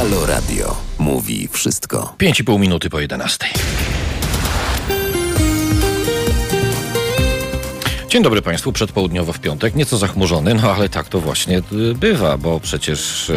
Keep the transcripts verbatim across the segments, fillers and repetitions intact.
Halo Radio mówi wszystko. Pięć i pół minuty po jedenastej. Dzień dobry Państwu, przedpołudniowo w piątek, nieco zachmurzony, no ale tak to właśnie bywa, bo przecież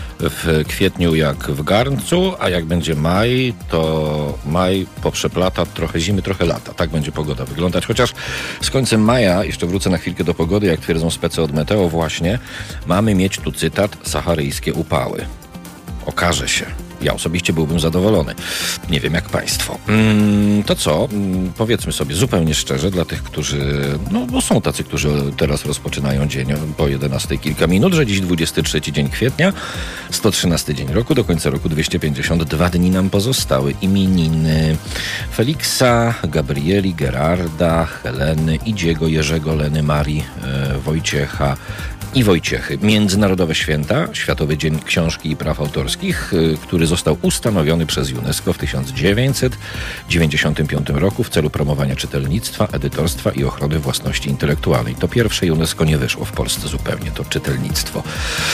w kwietniu jak w garncu, a jak będzie maj, to maj poprzeplata trochę zimy, trochę lata. Tak będzie pogoda wyglądać, chociaż z końcem maja, jeszcze wrócę na chwilkę do pogody, jak twierdzą specy od Meteo właśnie, mamy mieć tu cytat, saharyjskie upały. Okaże się. Ja osobiście byłbym zadowolony. Nie wiem jak Państwo. Mm, to co? Mm, powiedzmy sobie zupełnie szczerze dla tych, którzy... No bo są tacy, którzy teraz rozpoczynają dzień po jedenastej kilka minut, że dziś dwudziesty trzeci dzień kwietnia, sto trzynasty dzień roku, do końca roku dwieście pięćdziesiąt dwa dni nam pozostały. Imieniny Feliksa, Gabrieli, Gerarda, Heleny, Idziego, Jerzego, Leny, Marii, e, Wojciecha i Wojciechy. Międzynarodowe święta, Światowy Dzień Książki i Praw Autorskich, y, który został ustanowiony przez UNESCO w tysiąc dziewięćset dziewięćdziesiątym piątym roku w celu promowania czytelnictwa, edytorstwa i ochrony własności intelektualnej. To pierwsze UNESCO nie wyszło w Polsce zupełnie, to czytelnictwo.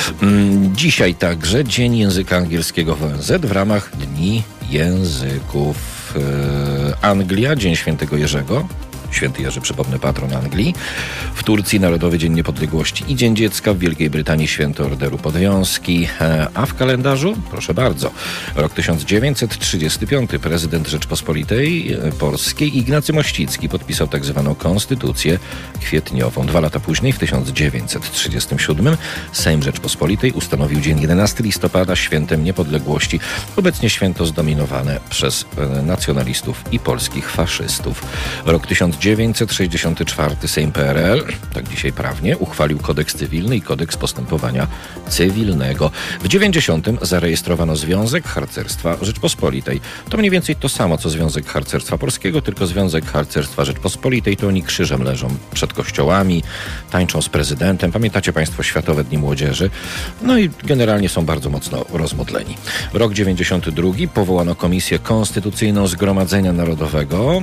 Mm, dzisiaj także Dzień Języka Angielskiego w O N Z w ramach Dni Języków. Y, Anglia, Dzień Świętego Jerzego. Święty Jerzy, przypomnę, patron Anglii. W Turcji Narodowy Dzień Niepodległości i Dzień Dziecka. W Wielkiej Brytanii Święto Orderu Podwiązki. A w kalendarzu, proszę bardzo, rok tysiąc dziewięćset trzydziesty piąty. Prezydent Rzeczpospolitej Polskiej Ignacy Mościcki podpisał tak zwaną Konstytucję Kwietniową. Dwa lata później, w tysiąc dziewięćset trzydziestym siódmym, Sejm Rzeczpospolitej ustanowił dzień jedenastego listopada świętem niepodległości. Obecnie święto zdominowane przez nacjonalistów i polskich faszystów. Rok tysiąc dziewięćset sześćdziesiąty czwarty. Sejm P R L, tak dzisiaj prawnie, uchwalił kodeks cywilny i kodeks postępowania cywilnego. W dziewięćdziesiątym zarejestrowano Związek Harcerstwa Rzeczpospolitej. To mniej więcej to samo, co Związek Harcerstwa Polskiego, tylko Związek Harcerstwa Rzeczpospolitej to oni krzyżem leżą przed kościołami, tańczą z prezydentem. Pamiętacie Państwo Światowe Dni Młodzieży? No i generalnie są bardzo mocno rozmodleni. Rok dziewięćdziesiąty drugi. Powołano Komisję Konstytucyjną Zgromadzenia Narodowego,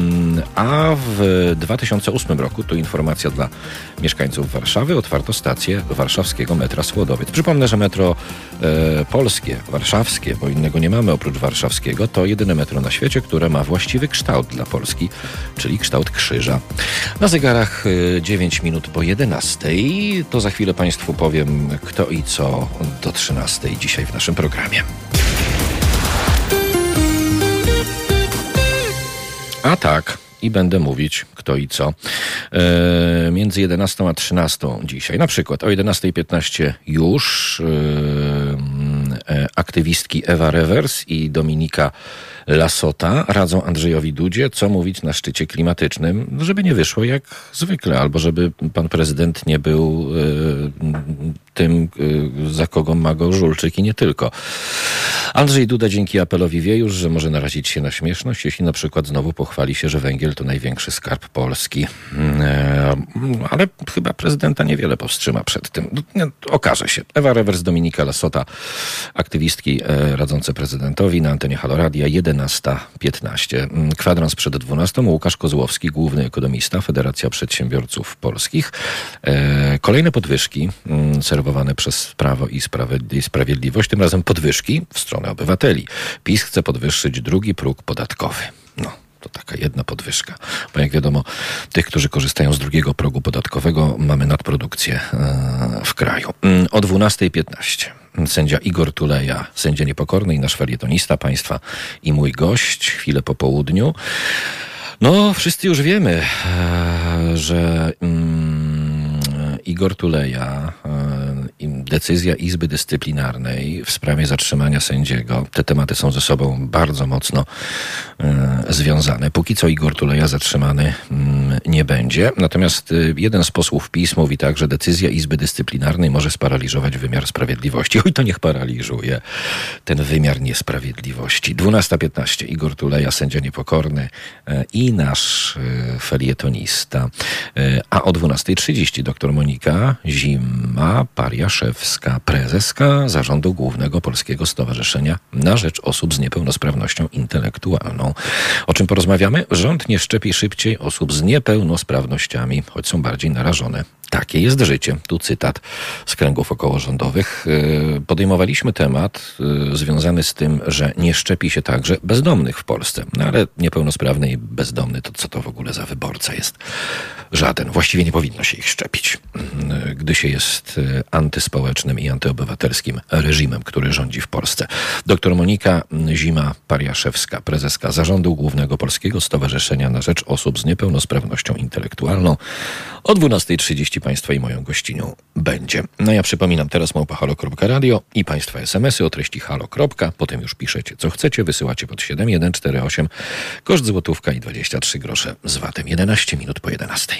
a w dwa tysiące ósmym roku, tu informacja dla mieszkańców Warszawy, otwarto stację warszawskiego metra Słodowiec. Przypomnę, że metro e, polskie, warszawskie, bo innego nie mamy oprócz warszawskiego, to jedyne metro na świecie, które ma właściwy kształt dla Polski, czyli kształt krzyża. Na zegarach e, dziewięć minut po jedenastej. To za chwilę Państwu powiem kto i co do trzynastej dzisiaj w naszym programie. A tak... I będę mówić kto i co. E, między jedenastą a trzynastą dzisiaj. Na przykład o jedenastej piętnaście już e, e, aktywistki Ewa Rewers i Dominika Lasota radzą Andrzejowi Dudzie, co mówić na szczycie klimatycznym, żeby nie wyszło jak zwykle, albo żeby pan prezydent nie był e, tym, e, za kogo ma go żulczyk i nie tylko. Andrzej Duda dzięki apelowi wie już, że może narazić się na śmieszność, jeśli na przykład znowu pochwali się, że węgiel to największy skarb Polski. E, ale chyba prezydenta niewiele powstrzyma przed tym. Okaże się. Ewa Rewers, Dominika Lasota, aktywistki e, radzące prezydentowi na antenie Halo Radia, jedenasta piętnaście. Kwadrans przed dwunastą. Łukasz Kozłowski, główny ekonomista, Federacja Przedsiębiorców Polskich. E, kolejne podwyżki m, serwowane przez Prawo i Sprawiedliwość, tym razem podwyżki w stronę obywateli. PiS chce podwyższyć drugi próg podatkowy. No. To taka jedna podwyżka. Bo jak wiadomo, tych, którzy korzystają z drugiego progu podatkowego, mamy nadprodukcję w kraju. O dwunastej piętnaście. Sędzia Igor Tuleja, sędzia niepokorny i nasz felietonista państwa i mój gość, chwilę po południu. No, wszyscy już wiemy, że Igor Tuleja, decyzja Izby Dyscyplinarnej w sprawie zatrzymania sędziego. Te tematy są ze sobą bardzo mocno e, związane. Póki co Igor Tuleja zatrzymany m, nie będzie. Natomiast y, jeden z posłów PiS mówi tak, że decyzja Izby Dyscyplinarnej może sparaliżować wymiar sprawiedliwości. Oj, to niech paraliżuje ten wymiar niesprawiedliwości. dwunasta piętnaście. Igor Tuleja, sędzia niepokorny e, i nasz e, felietonista. E, a o dwunasta trzydzieści doktor Monika Zima, Pariaszewska, prezeska Zarządu Głównego Polskiego Stowarzyszenia na Rzecz Osób z Niepełnosprawnością Intelektualną. O czym porozmawiamy? Rząd nie szczepi szybciej osób z niepełnosprawnościami, choć są bardziej narażone Takie jest życie. Tu cytat z kręgów okołorządowych. Podejmowaliśmy temat związany z tym, że nie szczepi się także bezdomnych w Polsce. No ale niepełnosprawny i bezdomny, to co to w ogóle za wyborca jest? Żaden. Właściwie nie powinno się ich szczepić, gdy się jest antyspołecznym i antyobywatelskim reżimem, który rządzi w Polsce. Doktor Monika Zima-Pariaszewska, prezeska Zarządu Głównego Polskiego Stowarzyszenia na Rzecz Osób z Niepełnosprawnością Intelektualną. O dwunastej trzydzieści Państwa i moją gościnią będzie. No ja przypominam, teraz małpa halo kropka radio i Państwa es em esy o treści halo. Potem już piszecie co chcecie, wysyłacie pod siedem jeden cztery osiem, koszt złotówka i dwadzieścia trzy grosze z vatem. jedenaście minut po jedenastej.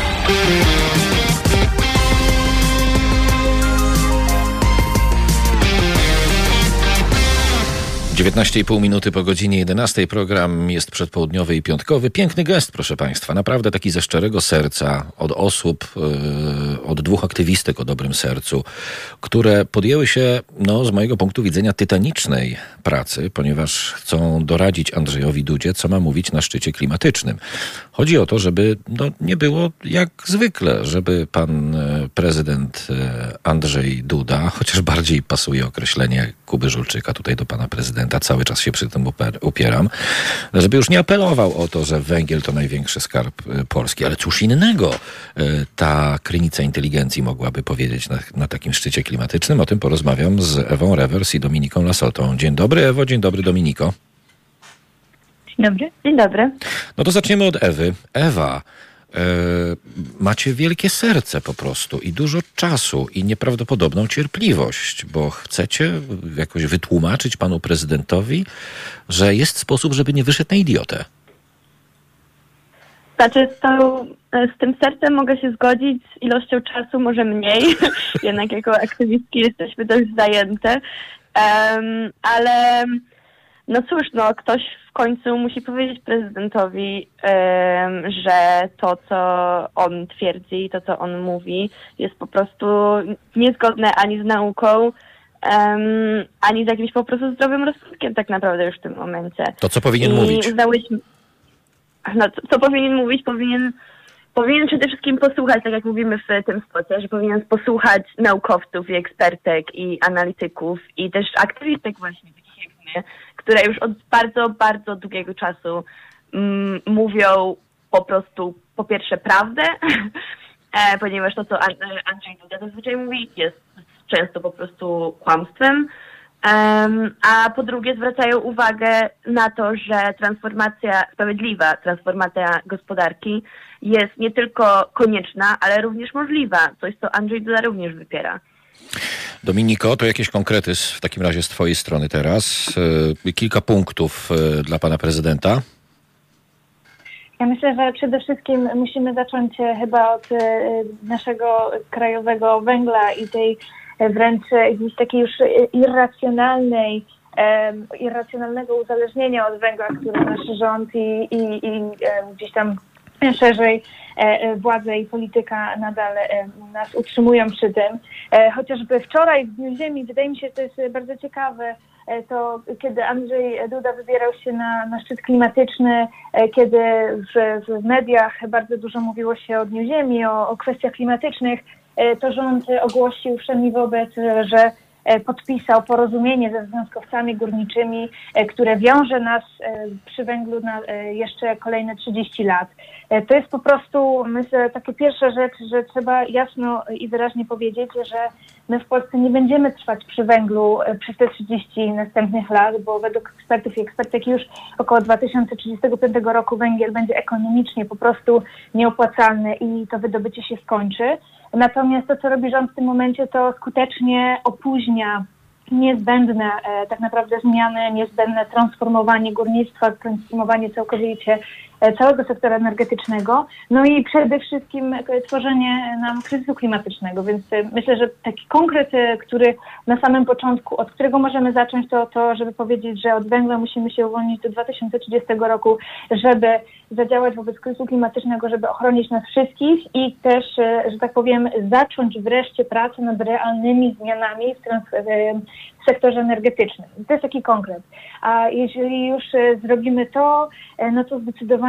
dziewiętnaście i pół minuty po godzinie jedenastej. Program jest przedpołudniowy i piątkowy. Piękny gest, proszę Państwa. Naprawdę taki ze szczerego serca od osób, yy, od dwóch aktywistek o dobrym sercu, które podjęły się, no z mojego punktu widzenia, tytanicznej pracy, ponieważ chcą doradzić Andrzejowi Dudzie, co ma mówić na szczycie klimatycznym. Chodzi o to, żeby no, nie było jak zwykle, żeby pan prezydent Andrzej Duda, chociaż bardziej pasuje określenie Kuby Żulczyka tutaj do pana prezydenta, cały czas się przy tym upieram, żeby już nie apelował o to, że węgiel to największy skarb Polski, ale cóż innego ta krynica inteligencji mogłaby powiedzieć na, na takim szczycie klimatycznym. O tym porozmawiam z Ewą Rewers i Dominiką Lasotą. Dzień dobry Ewo, dzień dobry Dominiko. Dzień dobry. Dzień dobry. No to zaczniemy od Ewy. Ewa, e, macie wielkie serce po prostu i dużo czasu i nieprawdopodobną cierpliwość, bo chcecie jakoś wytłumaczyć panu prezydentowi, że jest sposób, żeby nie wyszedł na idiotę. Znaczy, z, tą, z tym sercem mogę się zgodzić, z ilością czasu może mniej. Jednak jako aktywistki jesteśmy dość zajęte. Um, ale no cóż, no ktoś w końcu musi powiedzieć prezydentowi, um, że to, co on twierdzi, to, co on mówi, jest po prostu niezgodne ani z nauką, um, ani z jakimś po prostu zdrowym rozsądkiem tak naprawdę już w tym momencie. To co powinien I mówić? Uznałyśmy, no, co, co powinien mówić? Powinien, powinien przede wszystkim posłuchać, tak jak mówimy w tym spocie, że powinien posłuchać naukowców i ekspertek i analityków i też aktywistek właśnie, takich jak my, które już od bardzo, bardzo długiego czasu mm, mówią po prostu po pierwsze prawdę, e, ponieważ to, co Andrzej Duda zazwyczaj mówi, jest często po prostu kłamstwem. Um, a po drugie zwracają uwagę na to, że transformacja, sprawiedliwa transformacja gospodarki jest nie tylko konieczna, ale również możliwa. Coś, co Andrzej Duda również wypiera. Dominiko, to jakieś konkrety w takim razie z twojej strony teraz. Kilka punktów dla pana prezydenta. Ja myślę, że przede wszystkim musimy zacząć chyba od naszego krajowego węgla i tej wręcz jakiejś takiej już irracjonalnej, um, irracjonalnego uzależnienia od węgla, które nasz rząd i, i, i um, gdzieś tam szerzej e, władze i polityka nadal e, nas utrzymują przy tym. E, chociażby wczoraj w Dniu Ziemi, wydaje mi się, że to jest bardzo ciekawe, e, to kiedy Andrzej Duda wybierał się na, na szczyt klimatyczny, e, kiedy w, w mediach bardzo dużo mówiło się o Dniu Ziemi, o, o kwestiach klimatycznych, to rząd ogłosił wszemi wobec, że podpisał porozumienie ze związkowcami górniczymi, które wiąże nas przy węglu na jeszcze kolejne trzydzieści lat. To jest po prostu, myślę, taka pierwsza rzecz, że trzeba jasno i wyraźnie powiedzieć, że my w Polsce nie będziemy trwać przy węglu przez te trzydzieści następnych lat, bo według ekspertów i ekspertek już około dwa tysiące trzydziestego piątego roku węgiel będzie ekonomicznie po prostu nieopłacalny i to wydobycie się skończy. Natomiast to, co robi rząd w tym momencie, to skutecznie opóźnia niezbędne e, tak naprawdę zmiany, niezbędne transformowanie górnictwa, transformowanie całkowicie e, całego sektora energetycznego, no i przede wszystkim e, tworzenie nam kryzysu klimatycznego, więc e, myślę, że taki konkret, e, który na samym początku, od którego możemy zacząć, to to, żeby powiedzieć, że od węgla musimy się uwolnić do dwa tysiące trzydziestego roku, żeby zadziałać wobec kryzysu klimatycznego, żeby ochronić nas wszystkich i też, e, że tak powiem, zacząć wreszcie pracę nad realnymi zmianami w, trans- w sektorze energetycznym. To jest taki konkret. A jeżeli już e, zrobimy to, e, no to zdecydowanie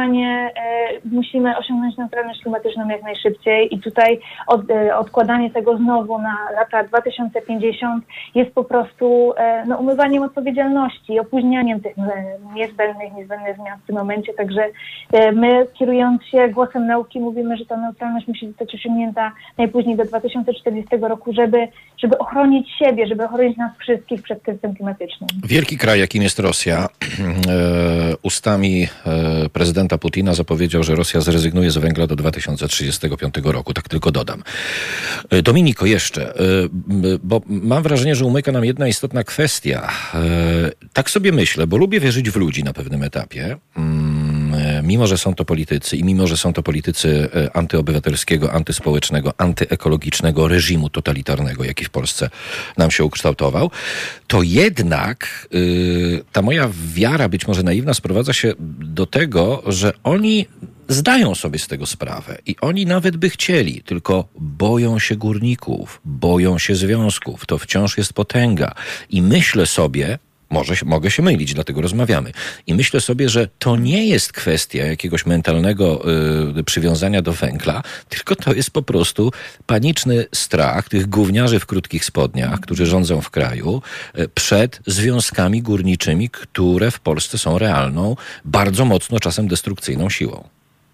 zdecydowanie musimy osiągnąć neutralność klimatyczną jak najszybciej i tutaj od, odkładanie tego znowu na lata dwa tysiące pięćdziesiąt jest po prostu no, umywaniem odpowiedzialności, opóźnianiem tych niezbędnych, niezbędnych zmian w tym momencie. Także my, kierując się głosem nauki, mówimy, że ta neutralność musi zostać osiągnięta najpóźniej do dwa tysiące czterdziestego roku, żeby, żeby ochronić siebie, żeby ochronić nas wszystkich przed kryzysem klimatycznym. Wielki kraj, jakim jest Rosja, e, ustami e, prezydenta Putina zapowiedział, że Rosja zrezygnuje z węgla do dwa tysiące trzydziestego piątego roku. Tak tylko dodam. E, Dominiko, jeszcze, e, bo mam wrażenie, że umyka nam jedna istotna kwestia. E, tak sobie myślę, bo lubię wierzyć w ludzi na pewnym etapie. Mm, e, mimo, że są to politycy i mimo, że są to politycy e, antyobywatelskiego, antyspołecznego, antyekologicznego reżimu totalitarnego, jaki w Polsce nam się ukształtował, to jednak y, ta moja wiara, być może naiwna, sprowadza się do tego, że oni zdają sobie z tego sprawę i oni nawet by chcieli, tylko boją się górników, boją się związków. To wciąż jest potęga. I myślę sobie, Może, mogę się mylić, dlatego rozmawiamy. I myślę sobie, że to nie jest kwestia jakiegoś mentalnego y, przywiązania do węgla, tylko to jest po prostu paniczny strach tych gówniarzy w krótkich spodniach, którzy rządzą w kraju, y, przed związkami górniczymi, które w Polsce są realną, bardzo mocno czasem destrukcyjną siłą.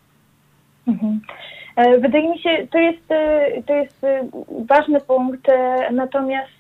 Mhm. Wydaje mi się, to jest, to jest ważny punkt, natomiast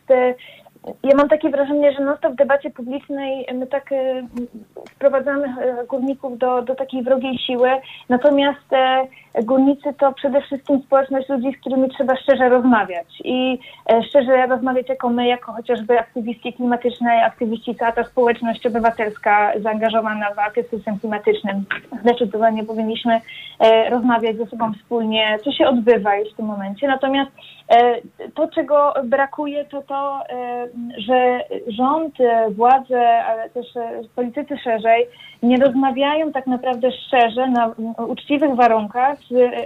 ja mam takie wrażenie, że non-stop w debacie publicznej my tak e, wprowadzamy górników do, do takiej wrogiej siły, natomiast e, górnicy to przede wszystkim społeczność ludzi, z którymi trzeba szczerze rozmawiać i e, szczerze rozmawiać jako my, jako chociażby aktywistki klimatyczne, aktywiści, cała ta społeczność obywatelska zaangażowana w walkę z kryzysem klimatycznym. Zdecydowanie powinniśmy e, rozmawiać ze sobą wspólnie, co się odbywa już w tym momencie, natomiast e, to, czego brakuje, to to, e, że rząd, władze, ale też politycy szerzej nie rozmawiają tak naprawdę szczerze na uczciwych warunkach z,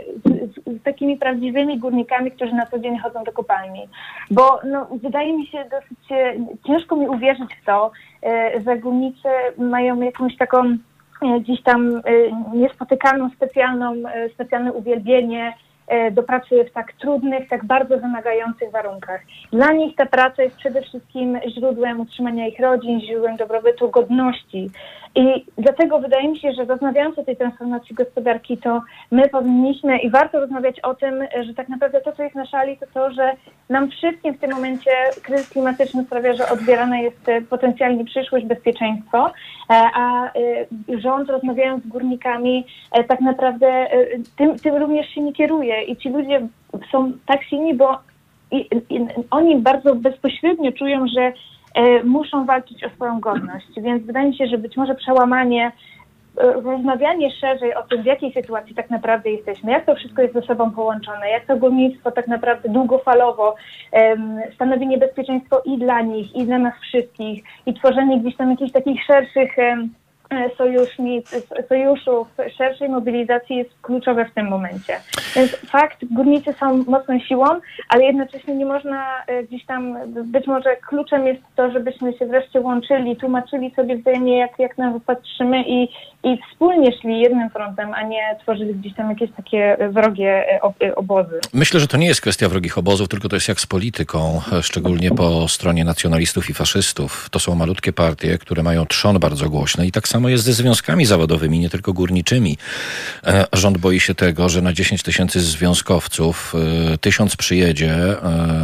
z, z takimi prawdziwymi górnikami, którzy na co dzień chodzą do kopalni. Bo no, wydaje mi się dosyć ciężko mi uwierzyć w to, że górnicy mają jakąś taką gdzieś tam niespotykaną specjalną, specjalne uwielbienie do pracy w tak trudnych, tak bardzo wymagających warunkach. Dla nich ta praca jest przede wszystkim źródłem utrzymania ich rodzin, źródłem dobrobytu, godności. I dlatego wydaje mi się, że rozmawiając o tej transformacji gospodarki, to my powinniśmy i warto rozmawiać o tym, że tak naprawdę to, co jest na szali, to to, że nam wszystkim w tym momencie kryzys klimatyczny sprawia, że odbierana jest potencjalnie przyszłość, bezpieczeństwo, a rząd, rozmawiając z górnikami, tak naprawdę tym, tym również się nie kieruje. I ci ludzie są tak silni, bo i, i, oni bardzo bezpośrednio czują, że e, muszą walczyć o swoją godność. Więc wydaje mi się, że być może przełamanie, e, rozmawianie szerzej o tym, w jakiej sytuacji tak naprawdę jesteśmy, jak to wszystko jest ze sobą połączone, jak to górnictwo tak naprawdę długofalowo e, stanowi niebezpieczeństwo i dla nich, i dla nas wszystkich, i tworzenie gdzieś tam jakichś takich szerszych e, sojusznic, sojuszów, szerszej mobilizacji jest kluczowe w tym momencie. Więc fakt, górnicy są mocną siłą, ale jednocześnie nie można gdzieś tam, być może kluczem jest to, żebyśmy się wreszcie łączyli, tłumaczyli sobie wzajemnie, jak, jak na to patrzymy i, i wspólnie szli jednym frontem, a nie tworzyli gdzieś tam jakieś takie wrogie obozy. Myślę, że to nie jest kwestia wrogich obozów, tylko to jest jak z polityką, szczególnie po stronie nacjonalistów i faszystów. To są malutkie partie, które mają trzon bardzo głośny i tak samo jest ze związkami zawodowymi, nie tylko górniczymi. E, rząd boi się tego, że na dziesięć tysięcy związkowców e, tysiąc przyjedzie e,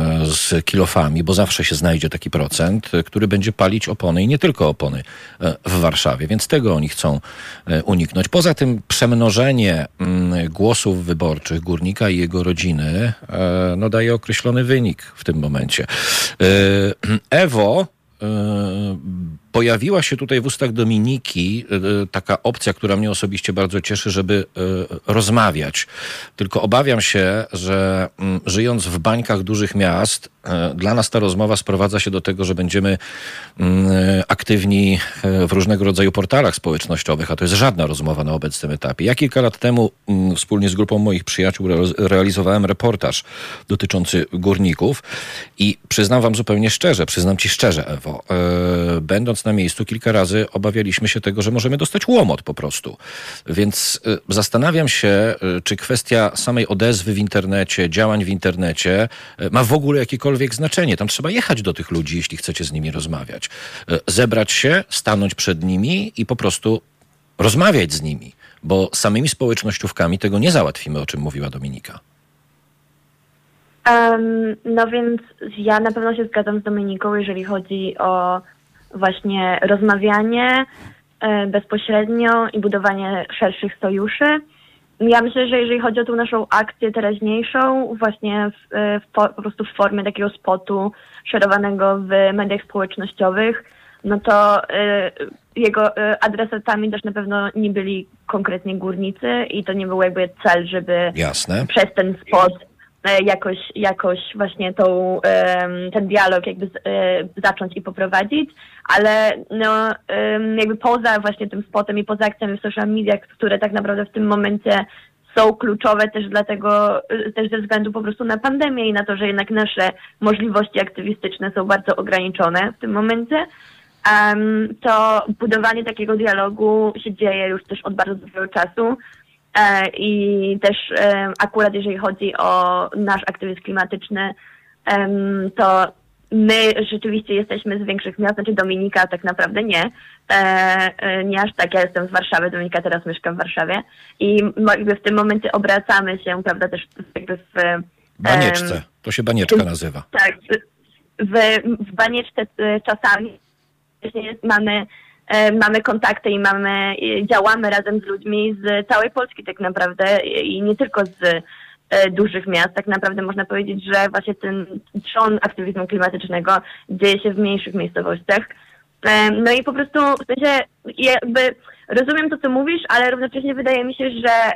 z kilofami, bo zawsze się znajdzie taki procent, e, który będzie palić opony i nie tylko opony e, w Warszawie, więc tego oni chcą e, uniknąć. Poza tym przemnożenie m, głosów wyborczych górnika i jego rodziny e, no, daje określony wynik w tym momencie. E, Ewo e, pojawiła się tutaj w ustach Dominiki taka opcja, która mnie osobiście bardzo cieszy, żeby rozmawiać. Tylko obawiam się, że żyjąc w bańkach dużych miast, dla nas ta rozmowa sprowadza się do tego, że będziemy aktywni w różnego rodzaju portalach społecznościowych, a to jest żadna rozmowa na obecnym etapie. Ja kilka lat temu wspólnie z grupą moich przyjaciół realizowałem reportaż dotyczący górników i przyznam wam zupełnie szczerze, przyznam ci szczerze, Ewo, będąc na na miejscu, kilka razy obawialiśmy się tego, że możemy dostać łomot po prostu. Więc y, zastanawiam się, y, czy kwestia samej odezwy w internecie, działań w internecie y, ma w ogóle jakiekolwiek znaczenie. Tam trzeba jechać do tych ludzi, jeśli chcecie z nimi rozmawiać. Y, zebrać się, stanąć przed nimi i po prostu rozmawiać z nimi, bo samymi społecznościówkami tego nie załatwimy, o czym mówiła Dominika. Um, no więc ja na pewno się zgadzam z Dominiką, jeżeli chodzi o właśnie rozmawianie e, bezpośrednio i budowanie szerszych sojuszy. Ja myślę, że jeżeli chodzi o tą naszą akcję teraźniejszą, właśnie w, w, po, po prostu w formie takiego spotu szerowanego w mediach społecznościowych, no to y, jego y, adresatami też na pewno nie byli konkretnie górnicy i to nie był jakby cel, żeby Jasne. przez ten spot y, jakoś, jakoś właśnie tą, y, ten dialog jakby z, y, zacząć i poprowadzić, ale no, y, jakby poza właśnie tym spotem i poza akcjami w social mediach, które tak naprawdę w tym momencie są kluczowe też dlatego, też ze względu po prostu na pandemię i na to, że jednak nasze możliwości aktywistyczne są bardzo ograniczone w tym momencie, um, to budowanie takiego dialogu się dzieje już też od bardzo długiego czasu e, i też e, akurat jeżeli chodzi o nasz aktywizm klimatyczny, um, to my rzeczywiście jesteśmy z większych miast, znaczy Dominika tak naprawdę nie, e, e, nie aż tak, ja jestem z Warszawy, Dominika teraz mieszka w Warszawie i jakby w tym momencie obracamy się, prawda, też jakby w... Banieczce, to się banieczka nazywa. Tak, w, w banieczce czasami mamy, e, mamy kontakty i mamy, działamy razem z ludźmi z całej Polski tak naprawdę i nie tylko z dużych miast. Tak naprawdę można powiedzieć, że właśnie ten trzon aktywizmu klimatycznego dzieje się w mniejszych miejscowościach. No i po prostu w sensie jakby rozumiem to, co mówisz, ale równocześnie wydaje mi się, że,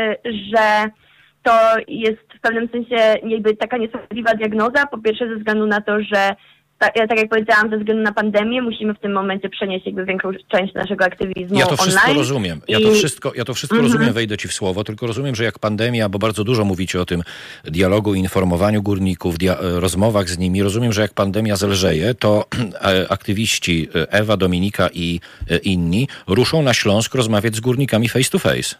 że to jest w pewnym sensie jakby taka niesprawiedliwa diagnoza. Po pierwsze ze względu na to, że tak, tak jak powiedziałam, ze względu na pandemię musimy w tym momencie przenieść jakby większą część naszego aktywizmu online. Ja to wszystko rozumiem. Ja to wszystko, ja to wszystko mm-hmm. rozumiem, wejdę ci w słowo, tylko rozumiem, że jak pandemia, bo bardzo dużo mówicie o tym dialogu, informowaniu górników, dia- rozmowach z nimi, rozumiem, że jak pandemia zelżeje, to aktywiści Ewa, Dominika i inni ruszą na Śląsk rozmawiać z górnikami face to face.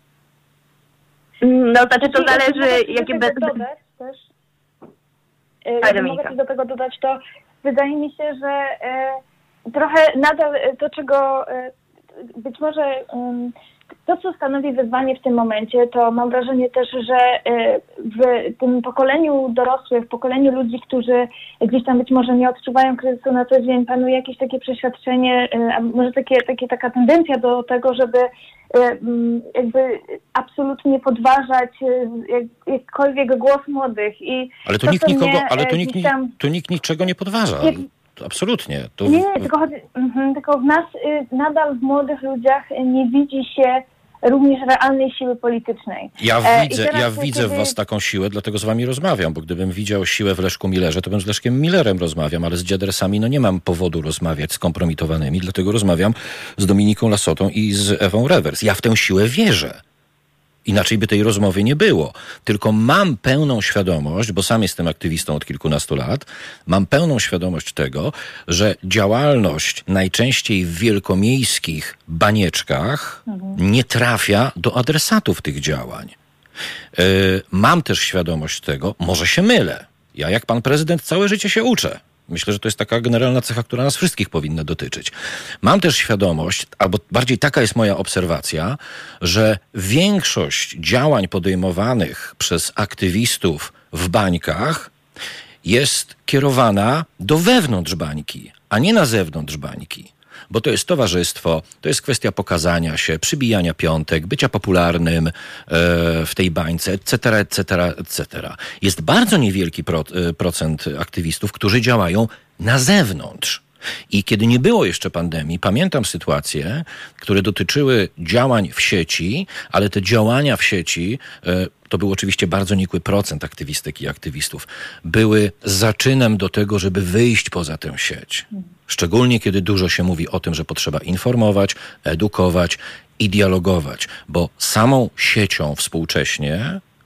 No znaczy to zależy, jakie... Be- dodać też. Jak mogę coś do tego dodać, to wydaje mi się, że e, trochę nadal to, czego e, być może e, to, co stanowi wyzwanie w tym momencie, to mam wrażenie też, że e, w tym pokoleniu dorosłych, w pokoleniu ludzi, którzy gdzieś tam być może nie odczuwają kryzysu na co dzień, panuje jakieś takie przeświadczenie, e, a może takie, takie, taka tendencja do tego, żeby e, jakby absolutnie podważać jak, jakkolwiek głos młodych. I ale to, to nikt nikogo, mnie, ale to nikt, tam, tu nikt niczego nie podważa. Jak, to absolutnie. To... Nie, nie, tylko, chodzi, mm, tylko w nas y, nadal w młodych ludziach nie widzi się również realnej siły politycznej. Ja e, widzę, ja teraz, widzę kiedy... w was taką siłę, dlatego z wami rozmawiam, bo gdybym widział siłę w Leszku Millerze, to bym z Leszkiem Millerem rozmawiam, ale z dziadersami no nie mam powodu rozmawiać, skompromitowanymi, dlatego rozmawiam z Dominiką Lassotą i z Ewą Rewers. Ja w tę siłę wierzę. Inaczej by tej rozmowy nie było. Tylko mam pełną świadomość, bo sam jestem aktywistą od kilkunastu lat, mam pełną świadomość tego, że działalność najczęściej w wielkomiejskich banieczkach mhm. nie trafia do adresatów tych działań. Yy, mam też świadomość tego, może się mylę. Ja jak pan prezydent całe życie się uczę. Myślę, że to jest taka generalna cecha, która nas wszystkich powinna dotyczyć. Mam też świadomość, albo bardziej taka jest moja obserwacja, że większość działań podejmowanych przez aktywistów w bańkach jest kierowana do wewnątrz bańki, a nie na zewnątrz bańki. Bo to jest towarzystwo, to jest kwestia pokazania się, przybijania piątek, bycia popularnym e, w tej bańce, et cetera, et cetera, et cetera. Jest bardzo niewielki pro, e, procent aktywistów, którzy działają na zewnątrz. I kiedy nie było jeszcze pandemii, pamiętam sytuacje, które dotyczyły działań w sieci, ale te działania w sieci, e, to był oczywiście bardzo nikły procent aktywistek i aktywistów, były zaczynem do tego, żeby wyjść poza tę sieć. Szczególnie kiedy dużo się mówi o tym, że potrzeba informować, edukować i dialogować, bo samą siecią współcześnie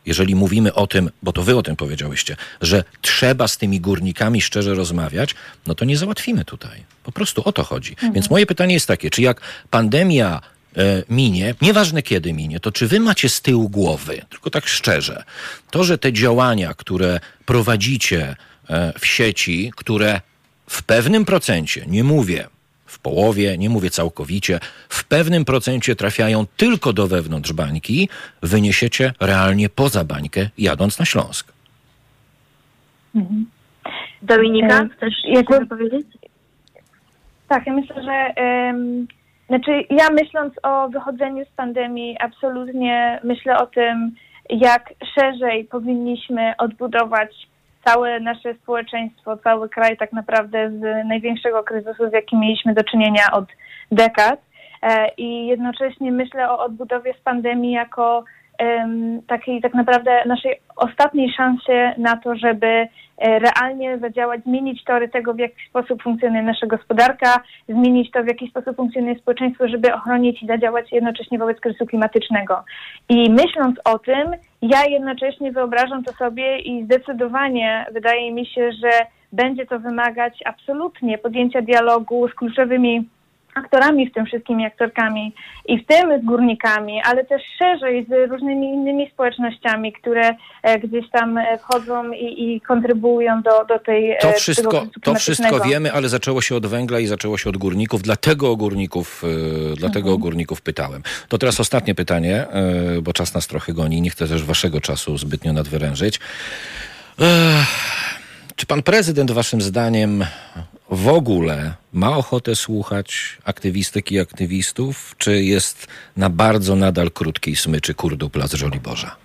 jeżeli mówimy o tym, bo to wy o tym powiedziałyście, że trzeba z tymi górnikami szczerze rozmawiać, no to nie załatwimy tutaj. Po prostu o to chodzi. Mhm. Więc moje pytanie jest takie, czy jak pandemia e, minie, nieważne kiedy minie, to czy wy macie z tyłu głowy, tylko tak szczerze, to, że te działania, które prowadzicie e, w sieci, które w pewnym procencie, nie mówię w połowie, nie mówię całkowicie, w pewnym procencie trafiają tylko do wewnątrz bańki, wyniesiecie realnie poza bańkę, jadąc na Śląsk. Mhm. Dominika, e, chcesz jakby, coś powiedzieć? Tak, ja myślę, że um, znaczy ja myśląc o wychodzeniu z pandemii, absolutnie myślę o tym, jak szerzej powinniśmy odbudować całe nasze społeczeństwo, cały kraj tak naprawdę z największego kryzysu, z jakim mieliśmy do czynienia od dekad. I jednocześnie myślę o odbudowie z pandemii jako um, takiej tak naprawdę naszej ostatniej szansie na to, żeby realnie zadziałać, zmienić tory tego, w jaki sposób funkcjonuje nasza gospodarka, zmienić to, w jaki sposób funkcjonuje społeczeństwo, żeby ochronić i zadziałać jednocześnie wobec kryzysu klimatycznego. I myśląc o tym, ja jednocześnie wyobrażam to sobie i zdecydowanie wydaje mi się, że będzie to wymagać absolutnie podjęcia dialogu z kluczowymi aktorami w tym wszystkim, aktorkami i w tym z górnikami, ale też szerzej z różnymi innymi społecznościami, które e, gdzieś tam wchodzą i, i kontrybuują do, do tej To wszystko, tego to wszystko wiemy, ale zaczęło się od węgla i zaczęło się od górników, dlatego o górników, yy, dlatego mhm. o górników pytałem. To teraz ostatnie pytanie, yy, bo czas nas trochę goni, nie chcę też waszego czasu zbytnio nadwyrężyć. Yy, czy pan prezydent waszym zdaniem w ogóle ma ochotę słuchać aktywistek i aktywistów, czy jest na bardzo nadal krótkiej smyczy kurdupla z Żoliborza?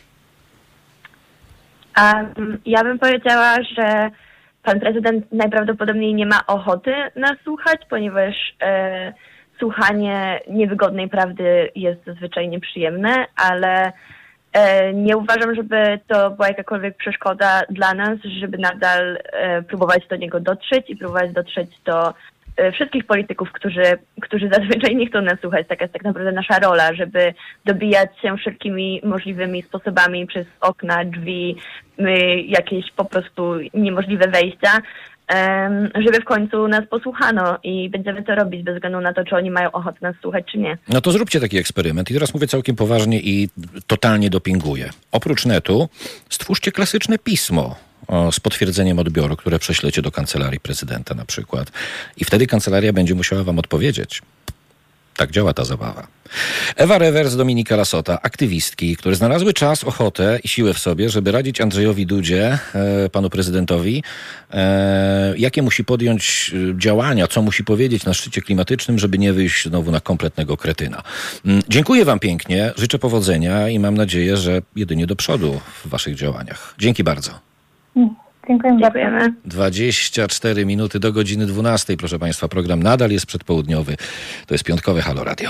Um, ja bym powiedziała, że pan prezydent najprawdopodobniej nie ma ochoty nas słuchać, ponieważ e, słuchanie niewygodnej prawdy jest zazwyczaj nieprzyjemne, ale e, nie uważam, żeby to była jakakolwiek przeszkoda dla nas, żeby nadal e, próbować do niego dotrzeć i próbować dotrzeć do e, wszystkich polityków, którzy, którzy zazwyczaj nie chcą nas słuchać. Taka jest tak naprawdę nasza rola, żeby dobijać się wszelkimi możliwymi sposobami przez okna, drzwi, my, jakieś po prostu niemożliwe wejścia, żeby w końcu nas posłuchano i będziemy to robić bez względu na to, czy oni mają ochotę nas słuchać, czy nie. No to zróbcie taki eksperyment i teraz mówię całkiem poważnie i totalnie dopinguję. Oprócz netu stwórzcie klasyczne pismo o, z potwierdzeniem odbioru, które prześlecie do kancelarii prezydenta na przykład i wtedy kancelaria będzie musiała wam odpowiedzieć. Tak działa ta zabawa. Ewa Rewers, Dominika Lasota, aktywistki, które znalazły czas, ochotę i siłę w sobie, żeby radzić Andrzejowi Dudzie, e, panu prezydentowi, e, jakie musi podjąć działania, co musi powiedzieć na szczycie klimatycznym, żeby nie wyjść znowu na kompletnego kretyna. Mm, dziękuję wam pięknie, życzę powodzenia i mam nadzieję, że jedynie do przodu w waszych działaniach. Dzięki bardzo. Dziękuję bardzo. dwadzieścia cztery minuty do godziny dwunastej, proszę państwa. Program nadal jest przedpołudniowy. To jest piątkowe Halo Radio.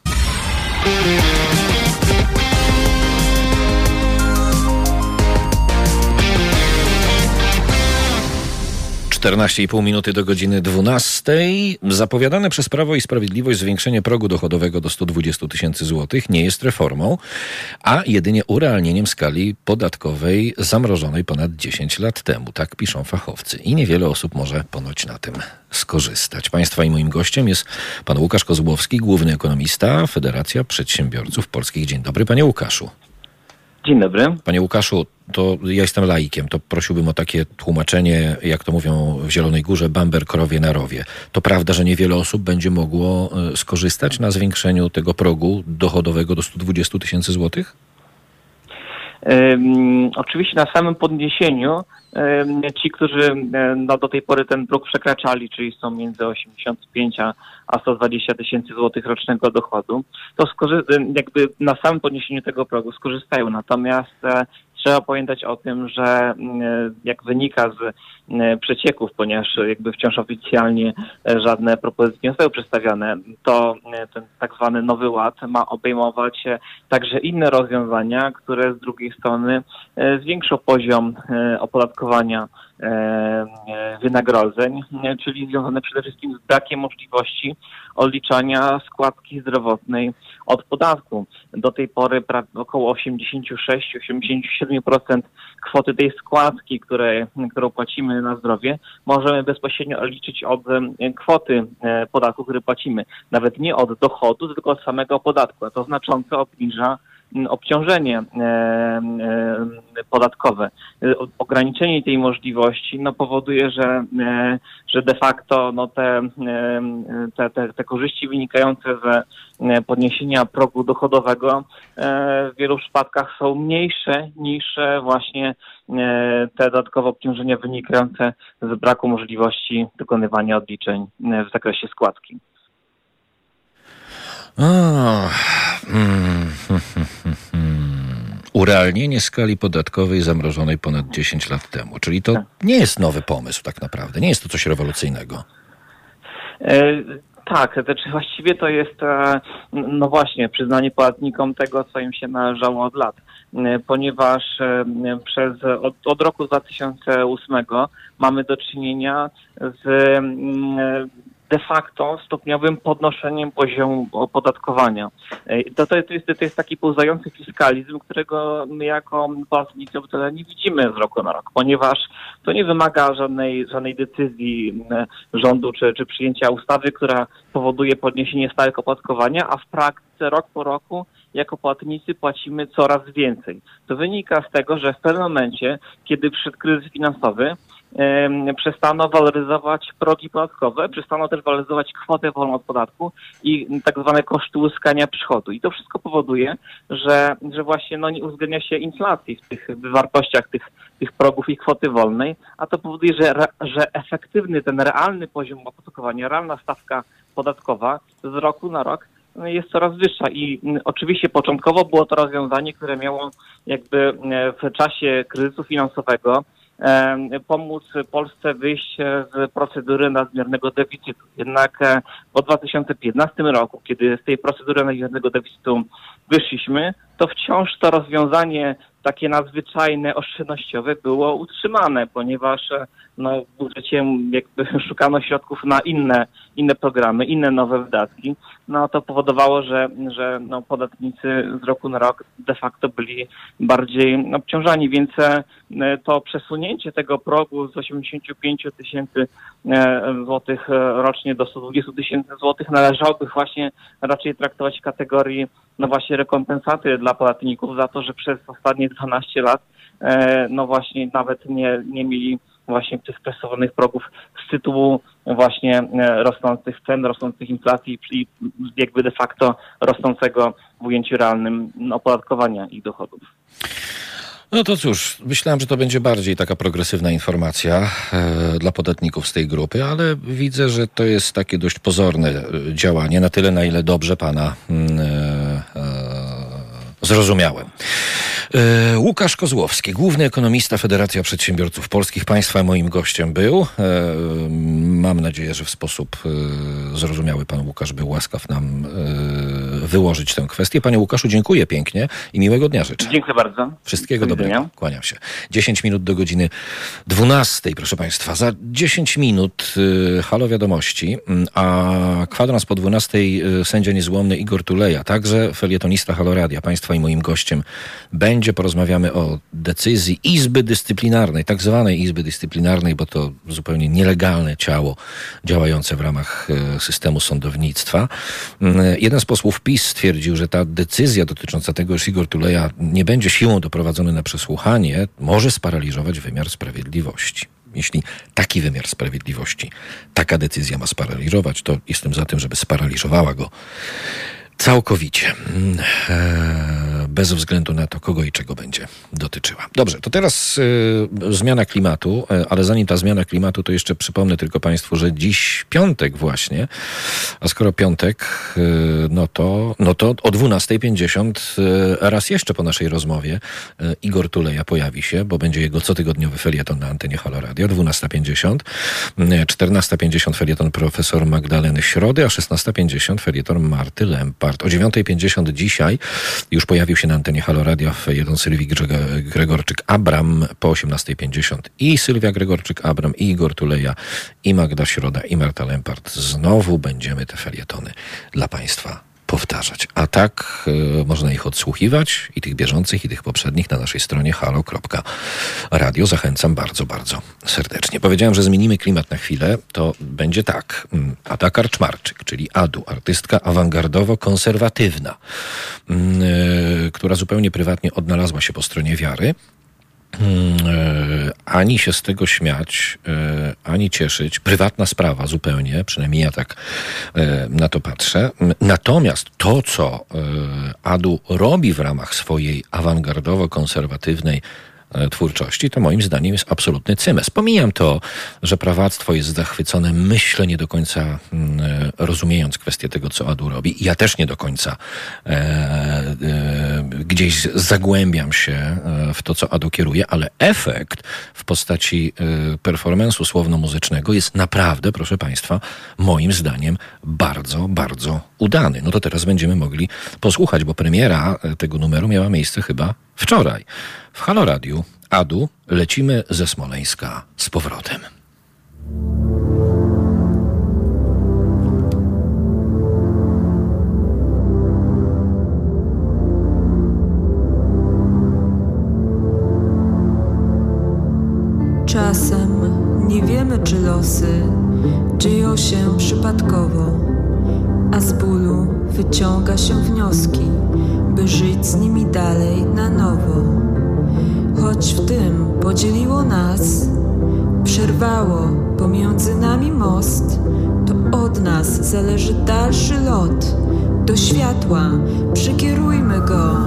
czternaście i pół minuty do godziny dwunastej. Zapowiadane przez Prawo i Sprawiedliwość zwiększenie progu dochodowego do stu dwudziestu tysięcy złotych nie jest reformą, a jedynie urealnieniem skali podatkowej zamrożonej ponad dziesięć lat temu. Tak piszą fachowcy. I niewiele osób może ponoć na tym skorzystać. Państwa i moim gościem jest pan Łukasz Kozłowski, główny ekonomista, Federacja Przedsiębiorców Polskich. Dzień dobry, panie Łukaszu. Dzień dobry. Panie Łukaszu, to ja jestem laikiem, to prosiłbym o takie tłumaczenie, jak to mówią w Zielonej Górze, bamber krowie na rowie. To prawda, że niewiele osób będzie mogło skorzystać na zwiększeniu tego progu dochodowego do stu dwudziestu tysięcy złotych? Um, oczywiście na samym podniesieniu um, ci, którzy no, do tej pory ten próg przekraczali, czyli są między osiemdziesiąt pięć a sto dwadzieścia tysięcy złotych rocznego dochodu, to skorzy- jakby na samym podniesieniu tego progu skorzystają. Natomiast e, trzeba pamiętać o tym, że e, jak wynika z e, przecieków, ponieważ jakby wciąż oficjalnie e, żadne propozycje nie zostały przedstawione, to e, ten tak zwany Nowy Ład ma obejmować e, także inne rozwiązania, które z drugiej strony e, zwiększą poziom e, opodatkowania wynagrodzeń, czyli związane przede wszystkim z brakiem możliwości odliczania składki zdrowotnej od podatku. Do tej pory około osiemdziesiąt sześć do osiemdziesięciu siedmiu procent kwoty tej składki, które, którą płacimy na zdrowie, możemy bezpośrednio odliczyć od kwoty podatku, który płacimy. Nawet nie od dochodu, tylko od samego podatku, a to znacząco obniża obciążenie e, e, podatkowe. Ograniczenie tej możliwości no, powoduje, że, e, że de facto no, te, te, te, te korzyści wynikające ze podniesienia progu dochodowego e, w wielu przypadkach są mniejsze niż właśnie e, te dodatkowe obciążenia wynikające z braku możliwości wykonywania odliczeń w zakresie składki. O, mm, hmm, hmm, hmm. Urealnienie skali podatkowej zamrożonej ponad dziesięć lat temu. Czyli to nie jest nowy pomysł tak naprawdę. Nie jest to coś rewolucyjnego. E, tak, znaczy właściwie to jest e, no właśnie przyznanie podatnikom tego, co im się należało od lat. E, ponieważ e, przez od, od roku dwa tysiące ósmego mamy do czynienia z e, de facto stopniowym podnoszeniem poziomu opodatkowania. To, to, jest, to jest taki pełzający fiskalizm, którego my jako płatnicy obywatele nie widzimy z roku na rok, ponieważ to nie wymaga żadnej, żadnej decyzji rządu czy, czy przyjęcia ustawy, która powoduje podniesienie stawek opodatkowania, a w praktyce rok po roku jako płatnicy płacimy coraz więcej. To wynika z tego, że w pewnym momencie, kiedy przyszedł kryzys finansowy, przestano waloryzować progi podatkowe, przestano też waloryzować kwotę wolną od podatku i tak zwane koszty uzyskania przychodu. I to wszystko powoduje, że, że właśnie no, nie uwzględnia się inflacji w tych wartościach tych, tych progów i kwoty wolnej, a to powoduje, że, że efektywny, ten realny poziom opodatkowania, realna stawka podatkowa z roku na rok jest coraz wyższa i oczywiście początkowo było to rozwiązanie, które miało jakby w czasie kryzysu finansowego pomóc Polsce wyjść z procedury nadmiernego deficytu. Jednak po dwa tysiące piętnastym roku, kiedy z tej procedury nadmiernego deficytu wyszliśmy, to wciąż to rozwiązanie takie nadzwyczajne, oszczędnościowe było utrzymane, ponieważ no, w budżecie jakby szukano środków na inne, inne programy, inne nowe wydatki. No to powodowało, że, że no, podatnicy z roku na rok de facto byli bardziej obciążani, więc to przesunięcie tego progu z osiemdziesięciu pięciu tysięcy złotych rocznie do stu dwudziestu tysięcy złotych należałoby właśnie raczej traktować w kategorii no właśnie rekompensaty dla podatników za to, że przez ostatnie dwanaście lat no właśnie nawet nie, nie mieli właśnie tych presowanych progów z tytułu właśnie rosnących cen, rosnących inflacji i jakby de facto rosnącego w ujęciu realnym opodatkowania ich dochodów. No to cóż, myślałem, że to będzie bardziej taka progresywna informacja e, dla podatników z tej grupy, ale widzę, że to jest takie dość pozorne działanie, na tyle, na ile dobrze pana e, e, zrozumiałem. E, Łukasz Kozłowski, główny ekonomista Federacja Przedsiębiorców Polskich, państwa moim gościem był. E, mam nadzieję, że w sposób e, zrozumiały pan Łukasz był łaskaw nam e, wyłożyć tę kwestię. Panie Łukaszu, dziękuję pięknie i miłego dnia życzę. Dziękuję bardzo. Wszystkiego dobrego. Kłaniam się. dziesięć minut do godziny dwunastej, proszę państwa. Za dziesięć minut y, Halo Wiadomości, a kwadrans po dwunastej y, sędzia niezłomny Igor Tuleja, także felietonista Halo Radia, państwa i moim gościem będzie. Porozmawiamy o decyzji Izby Dyscyplinarnej, tak zwanej Izby Dyscyplinarnej, bo to zupełnie nielegalne ciało działające w ramach y, systemu sądownictwa. Y, jeden z posłów PiS stwierdził, że ta decyzja dotycząca tego, że Igor Tuleja nie będzie siłą doprowadzony na przesłuchanie, może sparaliżować wymiar sprawiedliwości. Jeśli taki wymiar sprawiedliwości, taka decyzja ma sparaliżować, to jestem za tym, żeby sparaliżowała go całkowicie. Bez względu na to, kogo i czego będzie dotyczyła. Dobrze, to teraz y, zmiana klimatu, ale zanim ta zmiana klimatu, to jeszcze przypomnę tylko państwu, że dziś piątek właśnie, a skoro piątek, y, no to, no to o dwunastej pięćdziesiąt y, raz jeszcze po naszej rozmowie y, Igor Tuleja pojawi się, bo będzie jego cotygodniowy felieton na antenie Halo Radio, dwunasta pięćdziesiąt, czternasta pięćdziesiąt felieton profesor Magdaleny Środy, a szesnasta pięćdziesiąt felieton Marty Lempa. Leopard. O dziewiąta pięćdziesiąt dzisiaj już pojawił się na antenie Halo Radia w jeden Sylwii Gregorczyk-Abram po osiemnasta pięćdziesiąt. I Sylwia Gregorczyk-Abram, i Igor Tuleja, i Magda Środa, i Marta Lempart. Znowu będziemy te felietony dla Państwa powtarzać. A tak y, można ich odsłuchiwać, i tych bieżących, i tych poprzednich na naszej stronie halo kropka radio. Zachęcam bardzo, bardzo serdecznie. Powiedziałem, że zmienimy klimat na chwilę. To będzie tak. Ada Karczmarczyk, czyli Adu, artystka awangardowo-konserwatywna, y, która zupełnie prywatnie odnalazła się po stronie wiary. Ani się z tego śmiać, ani cieszyć. Prywatna sprawa zupełnie, przynajmniej ja tak na to patrzę. Natomiast to, co Adu robi w ramach swojej awangardowo-konserwatywnej twórczości, to moim zdaniem jest absolutny cymes. Pomijam to, że prawactwo jest zachwycone, myślę, nie do końca mm, rozumiejąc kwestię tego, co Adu robi. Ja też nie do końca e, e, gdzieś zagłębiam się e, w to, co Adu kieruje, ale efekt w postaci e, performance'u słowno-muzycznego jest naprawdę, proszę Państwa, moim zdaniem bardzo, bardzo udany. No to teraz będziemy mogli posłuchać, bo premiera tego numeru miała miejsce chyba wczoraj. W Halo Radiu Adu lecimy ze Smoleńska z powrotem. Czasem nie wiemy, czy losy dzieją się przypadkowo, a z bólu wyciąga się wnioski, by żyć z nimi dalej na nowo. Choć w tym podzieliło nas, przerwało pomiędzy nami most, to od nas zależy dalszy lot. Do światła przykierujmy go.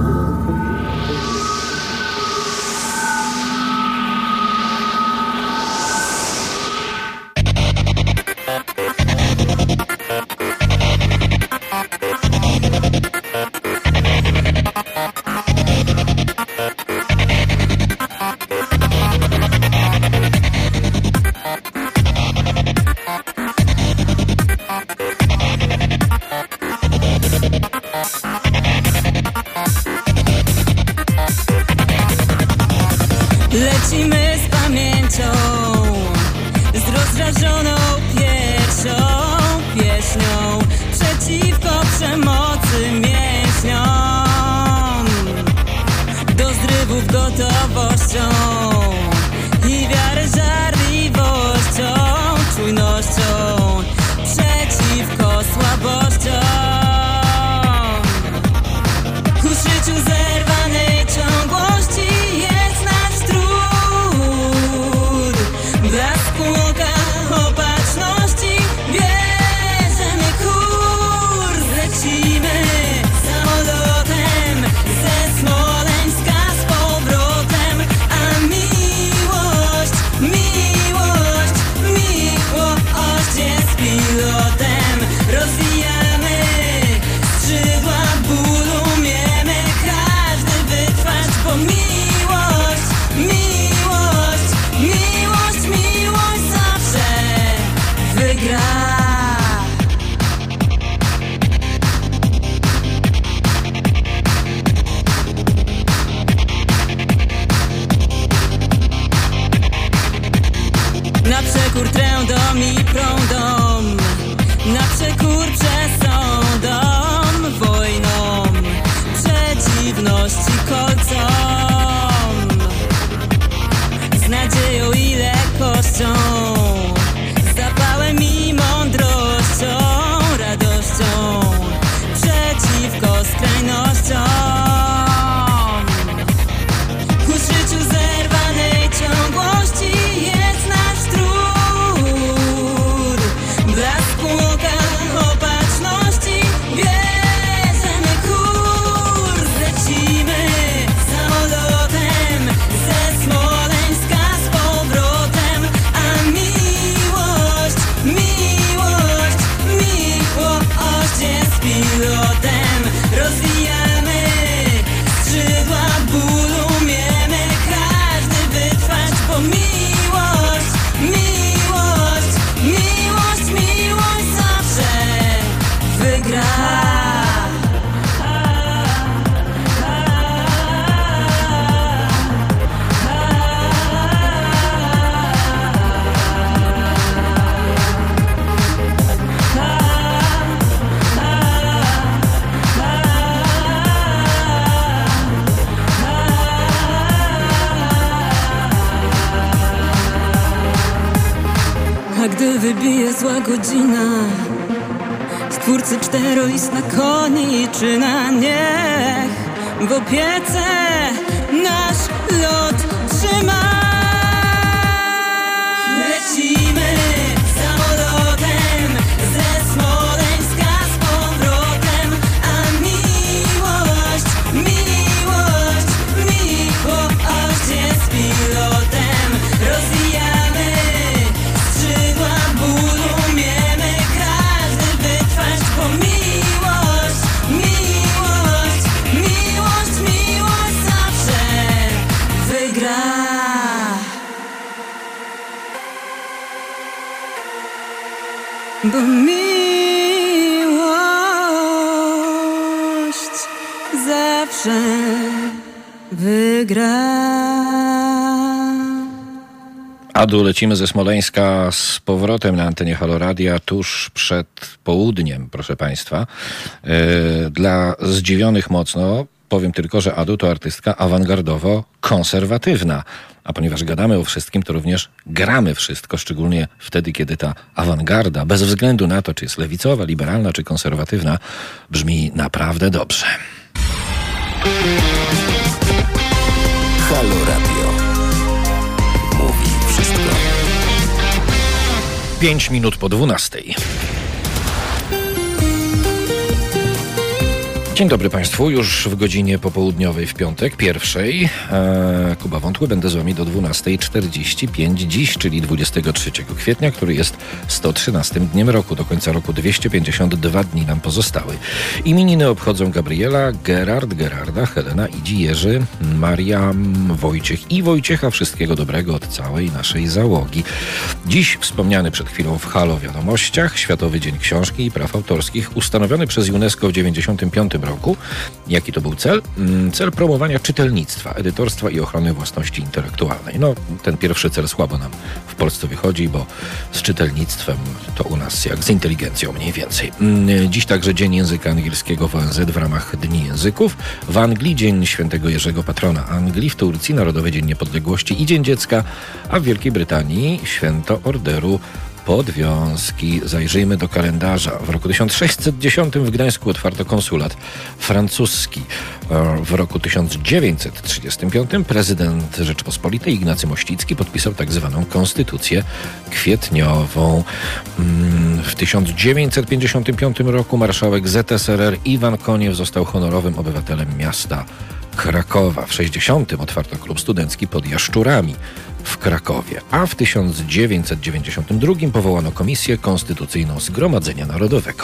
Lecimy z pamięcią, z rozdrażoną piersią, pieśnią przeciwko przemocy mięśniom, do zrywów gotowością i wiarę żarliwością, czujnością przeciwko słabościom, ku życiu zerwanej ciągłości. Blasku oka, opatrzności, bierzemy kurs, lecimy samolotem ze Smoleńska z powrotem, a miłość, miłość, miłość jest pilotem. Rozwijamy skrzydła bólu, umiemy każdy wytrwać, bo miłość, miłość, miłość, miłość zawsze wygra. Na przekór trędom i prądom, na przekór przesądom, wojnom, przeciwności kolcom, z nadzieją i lekkością, zapałem i mądrością, radością, przeciwko skrajnościom, ku życiu zerwanej ciągłości jest nasz trud. wybije zła godzina. Stwórcy czteroistna koniczyna. Niech w opiece nasz lot trzyma. Lecimy samolotem ze Smoleńska z powrotem, a miłość, miłość, miłość jest pilotem. Rozwijamy skrzydła bólu, umiemy każdy wytrwać, bo miłość, miłość, miłość, miłość zawsze wygra. Bo miłość zawsze wygra. Adu, lecimy ze Smoleńska z powrotem na antenie Halo Radia tuż przed południem, proszę Państwa. Yy, dla zdziwionych mocno powiem tylko, że Adu to artystka awangardowo-konserwatywna. A ponieważ gadamy o wszystkim, to również gramy wszystko, szczególnie wtedy, kiedy ta awangarda, bez względu na to, czy jest lewicowa, liberalna, czy konserwatywna, brzmi naprawdę dobrze. Halo Radio. Mówi wszystko. Pięć minut po dwunastej. Dzień dobry Państwu, już w godzinie popołudniowej w piątek, pierwszej. E, Kuba Wątły, będę z Wami do dwunastej czterdzieści pięć dziś, czyli dwudziestego trzeciego kwietnia, który jest sto trzynastym dniem roku. Do końca roku dwieście pięćdziesiąt dwa dni nam pozostały. Imieniny obchodzą Gabriela, Gerard, Gerarda, Helena, Idzi, Jerzy, Mariam, Wojciech i Wojciecha. Wszystkiego dobrego od całej naszej załogi. Dziś wspomniany przed chwilą w Halo Wiadomościach Światowy Dzień Książki i Praw Autorskich, ustanowiony przez UNESCO w dziewięćdziesiątym piątym roku. Jaki to był cel? Cel promowania czytelnictwa, edytorstwa i ochrony własności intelektualnej. No, ten pierwszy cel słabo nam w Polsce wychodzi, bo z czytelnictwem to u nas jak z inteligencją mniej więcej. Dziś także Dzień Języka Angielskiego w O N Z w ramach Dni Języków. W Anglii Dzień Świętego Jerzego, patrona Anglii. W Turcji Narodowy Dzień Niepodległości i Dzień Dziecka, a w Wielkiej Brytanii Święto Orderu Podwiązki. Zajrzyjmy do kalendarza. W roku tysiąc sześćset dziesiątym w Gdańsku otwarto konsulat francuski. W roku tysiąc dziewięćset trzydziestym piątym prezydent Rzeczypospolitej Ignacy Mościcki podpisał tak zwaną Konstytucję Kwietniową. W tysiąc dziewięćset pięćdziesiątym piątym roku marszałek Z S R R Iwan Koniew został honorowym obywatelem miasta Krakowa. W sześćdziesiątym otwarto klub studencki pod Jaszczurami w Krakowie, a w tysiąc dziewięćset dziewięćdziesiątym drugim powołano Komisję Konstytucyjną Zgromadzenia Narodowego.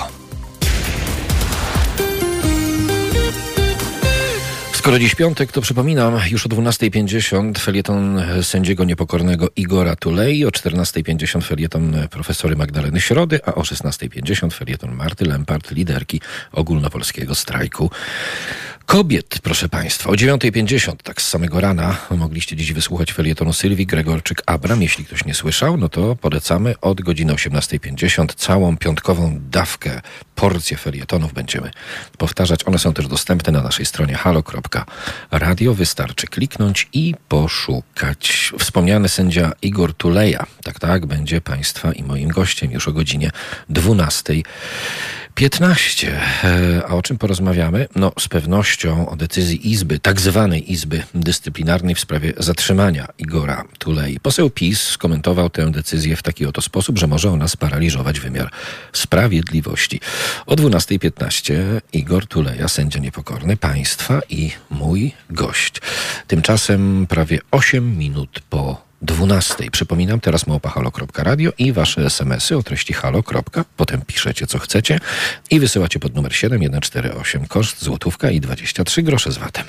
Skoro dziś piątek, to przypominam, już o dwunastej pięćdziesiąt felieton sędziego niepokornego Igora Tulei, o czternastej pięćdziesiąt felieton profesory Magdaleny Środy, a o szesnastej pięćdziesiąt felieton Marty Lempart, liderki ogólnopolskiego strajku kobiet, proszę Państwa. O dziewiątej pięćdziesiąt, tak z samego rana, mogliście dziś wysłuchać felietonu Sylwii Gregorczyk-Abram. Jeśli ktoś nie słyszał, no to polecamy od godziny osiemnastej pięćdziesiąt całą piątkową dawkę, porcję felietonów będziemy powtarzać. One są też dostępne na naszej stronie halo kropka radio. Wystarczy kliknąć i poszukać. Wspomniany sędzia Igor Tuleja, tak, tak, będzie Państwa i moim gościem już o godzinie dwunastej piętnaście. A o czym porozmawiamy? No, z pewnością o decyzji Izby, tak zwanej Izby Dyscyplinarnej w sprawie zatrzymania Igora Tulei. Poseł PiS skomentował tę decyzję w taki oto sposób, że może ona sparaliżować wymiar sprawiedliwości. O dwunastej piętnaście Igor Tuleja, sędzia niepokorny państwa i mój gość. Tymczasem prawie osiem minut po dwunastej. Przypominam, teraz małpa halo kropka radio i wasze esemesy o treści halo. Potem piszecie co chcecie i wysyłacie pod numer siedem jeden cztery osiem. Koszt złotówka i dwadzieścia trzy grosze z vatem.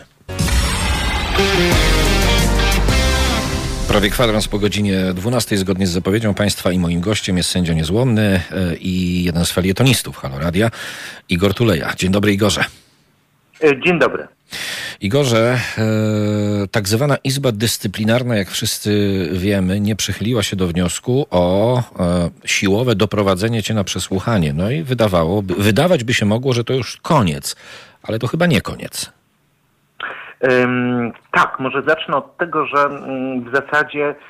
Prawie kwadrans po godzinie dwunastej, zgodnie z zapowiedzią Państwa i moim gościem jest sędzia niezłomny i jeden z felietonistów Halo Radia, Igor Tuleja. Dzień dobry, Igorze. Dzień dobry. Igorze, e, tak zwana Izba Dyscyplinarna, jak wszyscy wiemy, nie przychyliła się do wniosku o e, siłowe doprowadzenie cię na przesłuchanie. No i wydawało, wydawać by się mogło, że to już koniec, ale to chyba nie koniec. Ym, tak, może zacznę od tego, że w zasadzie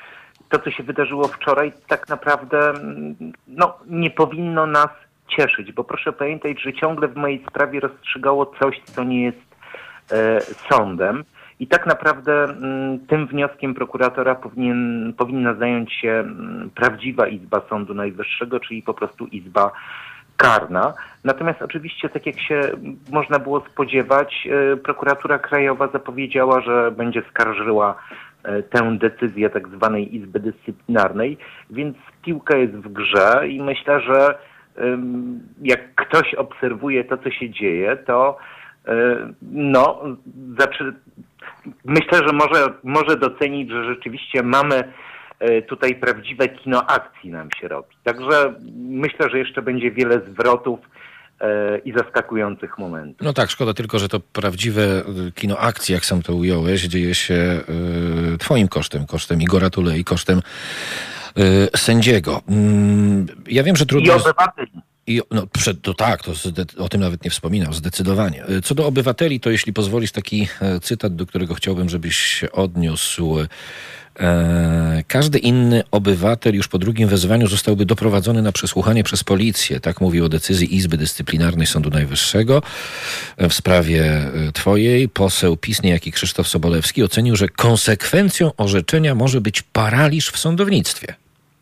to, co się wydarzyło wczoraj, tak naprawdę no, nie powinno nas cieszyć, bo proszę pamiętać, że ciągle w mojej sprawie rozstrzygało coś, co nie jest e, sądem. I tak naprawdę m, tym wnioskiem prokuratora powinien, powinna zająć się m, prawdziwa Izba Sądu Najwyższego, czyli po prostu Izba Karna. Natomiast oczywiście, tak jak się można było spodziewać, e, prokuratura krajowa zapowiedziała, że będzie skarżyła e, tę decyzję tak zwanej Izby Dyscyplinarnej, więc piłka jest w grze i myślę, że e, jak ktoś obserwuje to, co się dzieje, to e, no, zaczy... myślę, że może, może docenić, że rzeczywiście mamy tutaj prawdziwe kino akcji nam się robi. Także myślę, że jeszcze będzie wiele zwrotów e, i zaskakujących momentów. No tak, szkoda tylko, że to prawdziwe kino akcji, jak sam to ująłeś, dzieje się e, twoim kosztem, kosztem Igora Tulei, kosztem e, sędziego. Mm, ja wiem, że trudno... I obywateli. I, no, przed, to tak, to zde- o tym nawet nie wspominał, zdecydowanie. Co do obywateli, to jeśli pozwolisz taki e, cytat, do którego chciałbym, żebyś się odniósł. E, każdy inny obywatel już po drugim wezwaniu zostałby doprowadzony na przesłuchanie przez policję. Tak mówił o decyzji Izby Dyscyplinarnej Sądu Najwyższego w sprawie e, twojej. Poseł PiS, niejaki Krzysztof Sobolewski, ocenił, że konsekwencją orzeczenia może być paraliż w sądownictwie.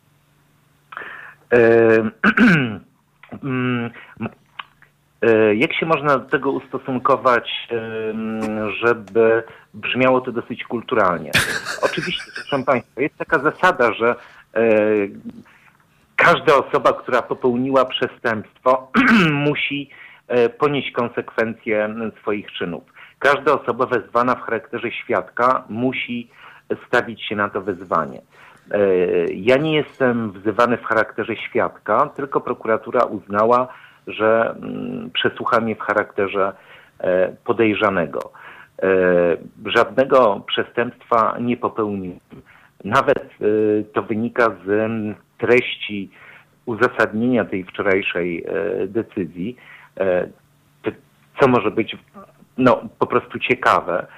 E- Jak się można do tego ustosunkować, żeby brzmiało to dosyć kulturalnie? Oczywiście, proszę Państwa, jest taka zasada, że każda osoba, która popełniła przestępstwo, musi ponieść konsekwencje swoich czynów. Każda osoba wezwana w charakterze świadka musi stawić się na to wezwanie. Ja nie jestem wzywany w charakterze świadka, tylko prokuratura uznała, że przesłucha mnie w charakterze podejrzanego. Żadnego przestępstwa nie popełniłem. Nawet to wynika z treści uzasadnienia tej wczorajszej decyzji, co może być no, po prostu ciekawe.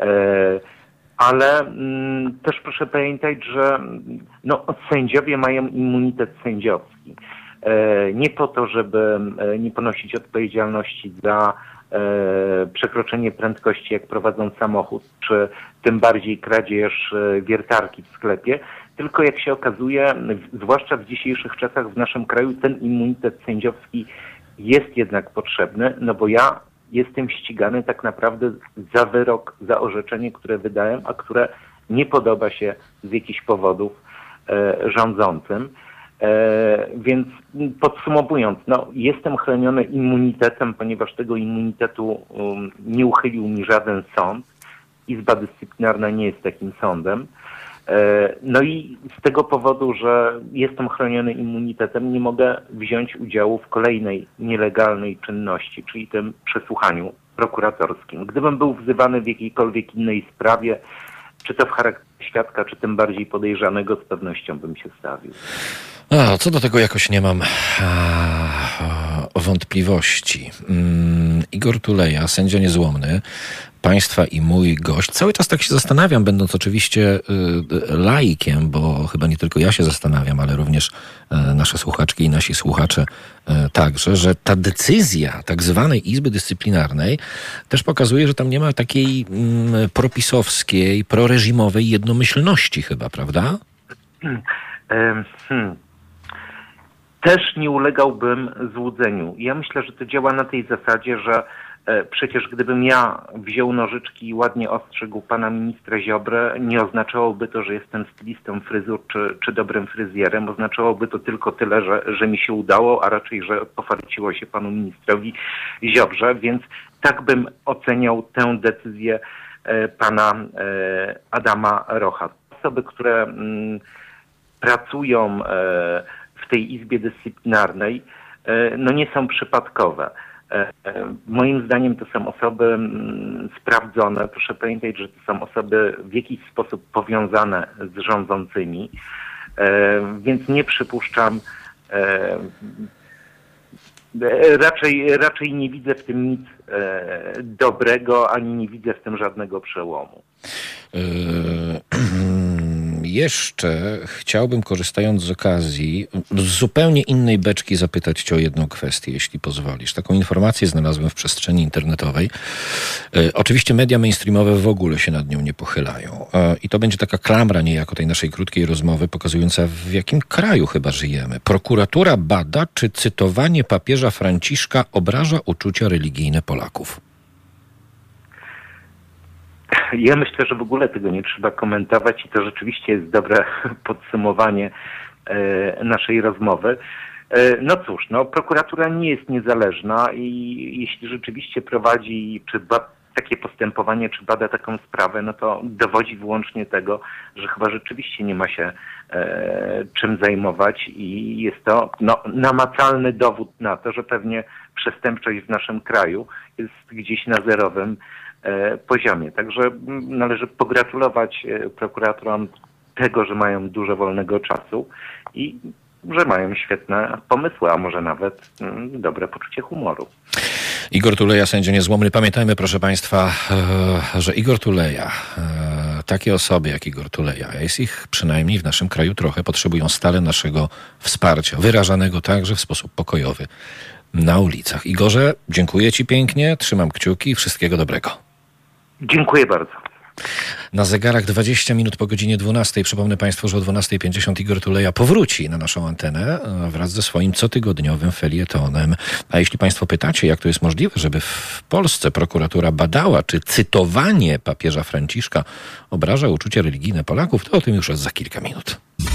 Ale mm, też proszę pamiętać, że no, sędziowie mają immunitet sędziowski. E, nie po to, żeby e, nie ponosić odpowiedzialności za e, przekroczenie prędkości, jak prowadząc samochód, czy tym bardziej kradzież e, wiertarki w sklepie, tylko jak się okazuje, w, zwłaszcza w dzisiejszych czasach w naszym kraju, ten immunitet sędziowski jest jednak potrzebny, no bo ja jestem ścigany tak naprawdę za wyrok, za orzeczenie, które wydałem, a które nie podoba się z jakichś powodów e, rządzącym. E, więc podsumowując, no, jestem chroniony immunitetem, ponieważ tego immunitetu um, nie uchylił mi żaden sąd. Izba Dyscyplinarna nie jest takim sądem. E, no i z tego powodu, że jestem chroniony immunitetem, nie mogę wziąć udziału w kolejnej nielegalnej czynności, czyli tym przesłuchaniu prokuratorskim. Gdybym był wzywany w jakiejkolwiek innej sprawie, czy to w charakterze świadka, czy tym bardziej podejrzanego, z pewnością bym się stawił. A, co do tego jakoś nie mam a, wątpliwości. Mm, Igor Tuleja, sędzia niezłomny, Państwa i mój gość. Cały czas tak się zastanawiam, będąc oczywiście y, laikiem, bo chyba nie tylko ja się zastanawiam, ale również y, nasze słuchaczki i nasi słuchacze y, także, że ta decyzja tak zwanej Izby Dyscyplinarnej też pokazuje, że tam nie ma takiej y, propisowskiej, proreżimowej jednomyślności chyba, prawda? Hmm. Hmm. Też nie ulegałbym złudzeniu. Ja myślę, że to działa na tej zasadzie, że e, przecież gdybym ja wziął nożyczki i ładnie ostrzegł pana ministra Ziobrę, nie oznaczałoby to, że jestem stylistą fryzur czy, czy dobrym fryzjerem. Oznaczałoby to tylko tyle, że, że mi się udało, a raczej, że pofarciło się panu ministrowi Ziobrze. Więc tak bym oceniał tę decyzję e, pana e, Adama Rocha. Osoby, które m, pracują e, w tej Izbie Dyscyplinarnej, no nie są przypadkowe. Moim zdaniem to są osoby sprawdzone. Proszę pamiętać, że to są osoby w jakiś sposób powiązane z rządzącymi, więc nie przypuszczam, raczej, raczej nie widzę w tym nic dobrego, ani nie widzę w tym żadnego przełomu. jeszcze chciałbym, korzystając z okazji, z zupełnie innej beczki zapytać cię o jedną kwestię, jeśli pozwolisz. Taką informację znalazłem w przestrzeni internetowej. E, oczywiście media mainstreamowe w ogóle się nad nią nie pochylają. E, I to będzie taka klamra niejako tej naszej krótkiej rozmowy, pokazująca, w jakim kraju chyba żyjemy. Prokuratura bada, czy cytowanie papieża Franciszka obraża uczucia religijne Polaków. Ja myślę, że w ogóle tego nie trzeba komentować i to rzeczywiście jest dobre podsumowanie e, naszej rozmowy. E, no cóż, no, prokuratura nie jest niezależna i jeśli rzeczywiście prowadzi czy ba- takie postępowanie, czy bada taką sprawę, no to dowodzi wyłącznie tego, że chyba rzeczywiście nie ma się e, czym zajmować i jest to no, namacalny dowód na to, że pewnie przestępczość w naszym kraju jest gdzieś na zerowym poziomie. Także należy pogratulować prokuratorom tego, że mają dużo wolnego czasu i że mają świetne pomysły, a może nawet dobre poczucie humoru. Igor Tuleja, sędzia niezłomny. Pamiętajmy, proszę Państwa, że Igor Tuleja, takie osoby jak Igor Tuleja, jest ich przynajmniej w naszym kraju trochę, potrzebują stale naszego wsparcia, wyrażanego także w sposób pokojowy na ulicach. Igorze, dziękuję Ci pięknie, trzymam kciuki i wszystkiego dobrego. Dziękuję bardzo. Na zegarach dwadzieścia minut po godzinie dwunastej. Przypomnę Państwu, że o dwunasta pięćdziesiąt Igor Tuleja powróci na naszą antenę wraz ze swoim cotygodniowym felietonem. A jeśli Państwo pytacie, jak to jest możliwe, żeby w Polsce prokuratura badała, czy cytowanie papieża Franciszka obraża uczucia religijne Polaków, to o tym już za kilka minut.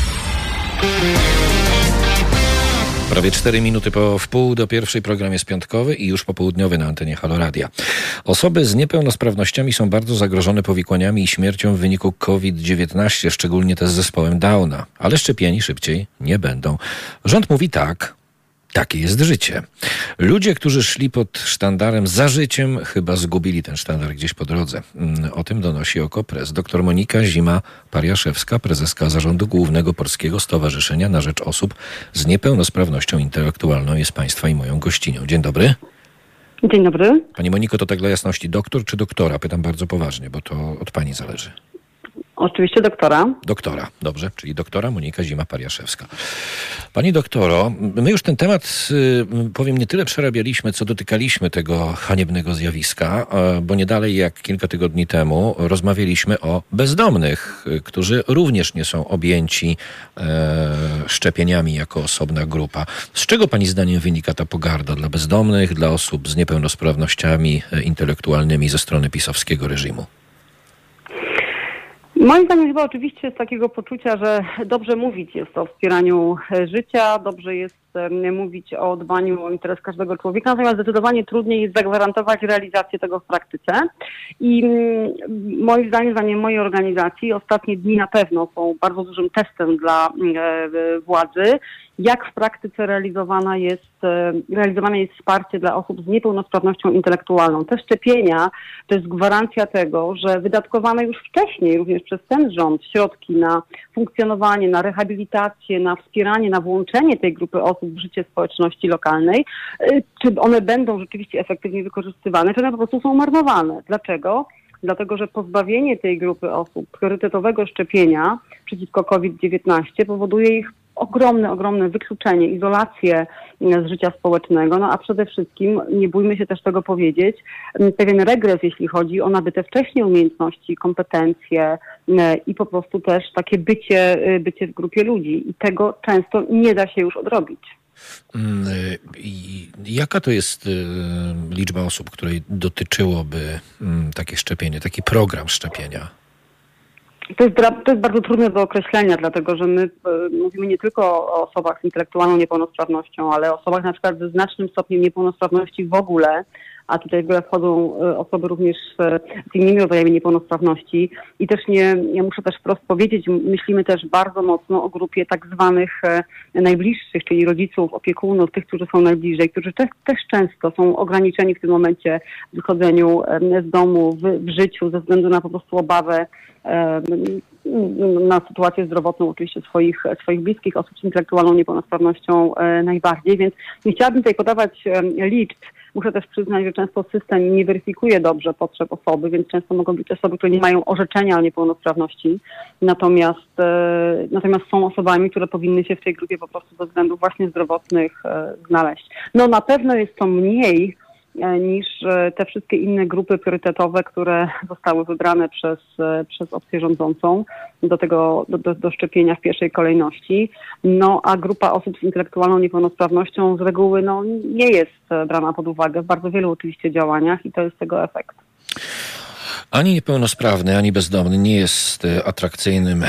Prawie cztery minuty po wpół do pierwszej, program jest piątkowy i już popołudniowy na antenie Halo Radia. Osoby z niepełnosprawnościami są bardzo zagrożone powikłaniami i śmiercią w wyniku kowid dziewiętnaście, szczególnie te z zespołem Downa. Ale szczepieni szybciej nie będą. Rząd mówi tak. Takie jest życie. Ludzie, którzy szli pod sztandarem za życiem, chyba zgubili ten sztandar gdzieś po drodze. O tym donosi OKO.press. Doktor Monika Zima-Pariaszewska, prezeska Zarządu Głównego Polskiego Stowarzyszenia na Rzecz Osób z Niepełnosprawnością Intelektualną, jest Państwa i moją gościnią. Dzień dobry. Dzień dobry. Pani Moniko, to tak dla jasności, doktor czy doktora? Pytam bardzo poważnie, bo to od Pani zależy. Oczywiście doktora. Doktora, dobrze, czyli doktora Monika Zima-Pariaszewska. Pani doktoro, my już ten temat, powiem, nie tyle przerabialiśmy, co dotykaliśmy tego haniebnego zjawiska, bo nie dalej jak kilka tygodni temu rozmawialiśmy o bezdomnych, którzy również nie są objęci e, szczepieniami jako osobna grupa. Z czego Pani zdaniem wynika ta pogarda dla bezdomnych, dla osób z niepełnosprawnościami intelektualnymi ze strony pisowskiego reżimu? Moim zdaniem chyba oczywiście z takiego poczucia, że dobrze mówić jest o wspieraniu życia, dobrze jest mówić o dbaniu o interes każdego człowieka, natomiast zdecydowanie trudniej jest zagwarantować realizację tego w praktyce. I moim zdaniem, zdaniem mojej organizacji, ostatnie dni na pewno są bardzo dużym testem dla władzy, jak w praktyce realizowana jest, realizowane jest wsparcie dla osób z niepełnosprawnością intelektualną. Te szczepienia to jest gwarancja tego, że wydatkowane już wcześniej, również przez ten rząd, środki na funkcjonowanie, na rehabilitację, na wspieranie, na włączenie tej grupy osób w życie społeczności lokalnej, czy one będą rzeczywiście efektywnie wykorzystywane, czy one po prostu są marnowane. Dlaczego? Dlatego, że pozbawienie tej grupy osób priorytetowego szczepienia przeciwko kowid dziewiętnaście powoduje ich ogromne, ogromne wykluczenie, izolację z życia społecznego, no a przede wszystkim, nie bójmy się też tego powiedzieć, pewien regres, jeśli chodzi o nabyte wcześniej umiejętności, kompetencje i po prostu też takie bycie, bycie w grupie ludzi. I tego często nie da się już odrobić. I jaka to jest liczba osób, której dotyczyłoby takie szczepienie, taki program szczepienia? To jest, to jest bardzo trudne do określenia, dlatego że my y, mówimy nie tylko o osobach z intelektualną niepełnosprawnością, ale o osobach na przykład ze znacznym stopniem niepełnosprawności w ogóle, a tutaj w ogóle wchodzą y, osoby również y, z innymi rodzajami niepełnosprawności. I też nie, ja muszę też wprost powiedzieć, myślimy też bardzo mocno o grupie tak zwanych y, najbliższych, czyli rodziców, opiekunów, tych, którzy są najbliżej, którzy też, też często są ograniczeni w tym momencie w wychodzeniu y, z domu, w, w życiu ze względu na po prostu obawę na sytuację zdrowotną oczywiście swoich, swoich bliskich, osób z intelektualną niepełnosprawnością najbardziej, więc nie chciałabym tutaj podawać liczb, muszę też przyznać, że często system nie weryfikuje dobrze potrzeb osoby, więc często mogą być osoby, które nie mają orzeczenia o niepełnosprawności, natomiast, e, natomiast są osobami, które powinny się w tej grupie po prostu ze względów właśnie zdrowotnych e, znaleźć. No na pewno jest to mniej niż te wszystkie inne grupy priorytetowe, które zostały wybrane przez, przez opcję rządzącą do tego, do, do, do szczepienia w pierwszej kolejności. No a grupa osób z intelektualną niepełnosprawnością z reguły no, nie jest brana pod uwagę w bardzo wielu oczywiście działaniach i to jest tego efekt. Ani niepełnosprawny, ani bezdomny nie jest atrakcyjnym e,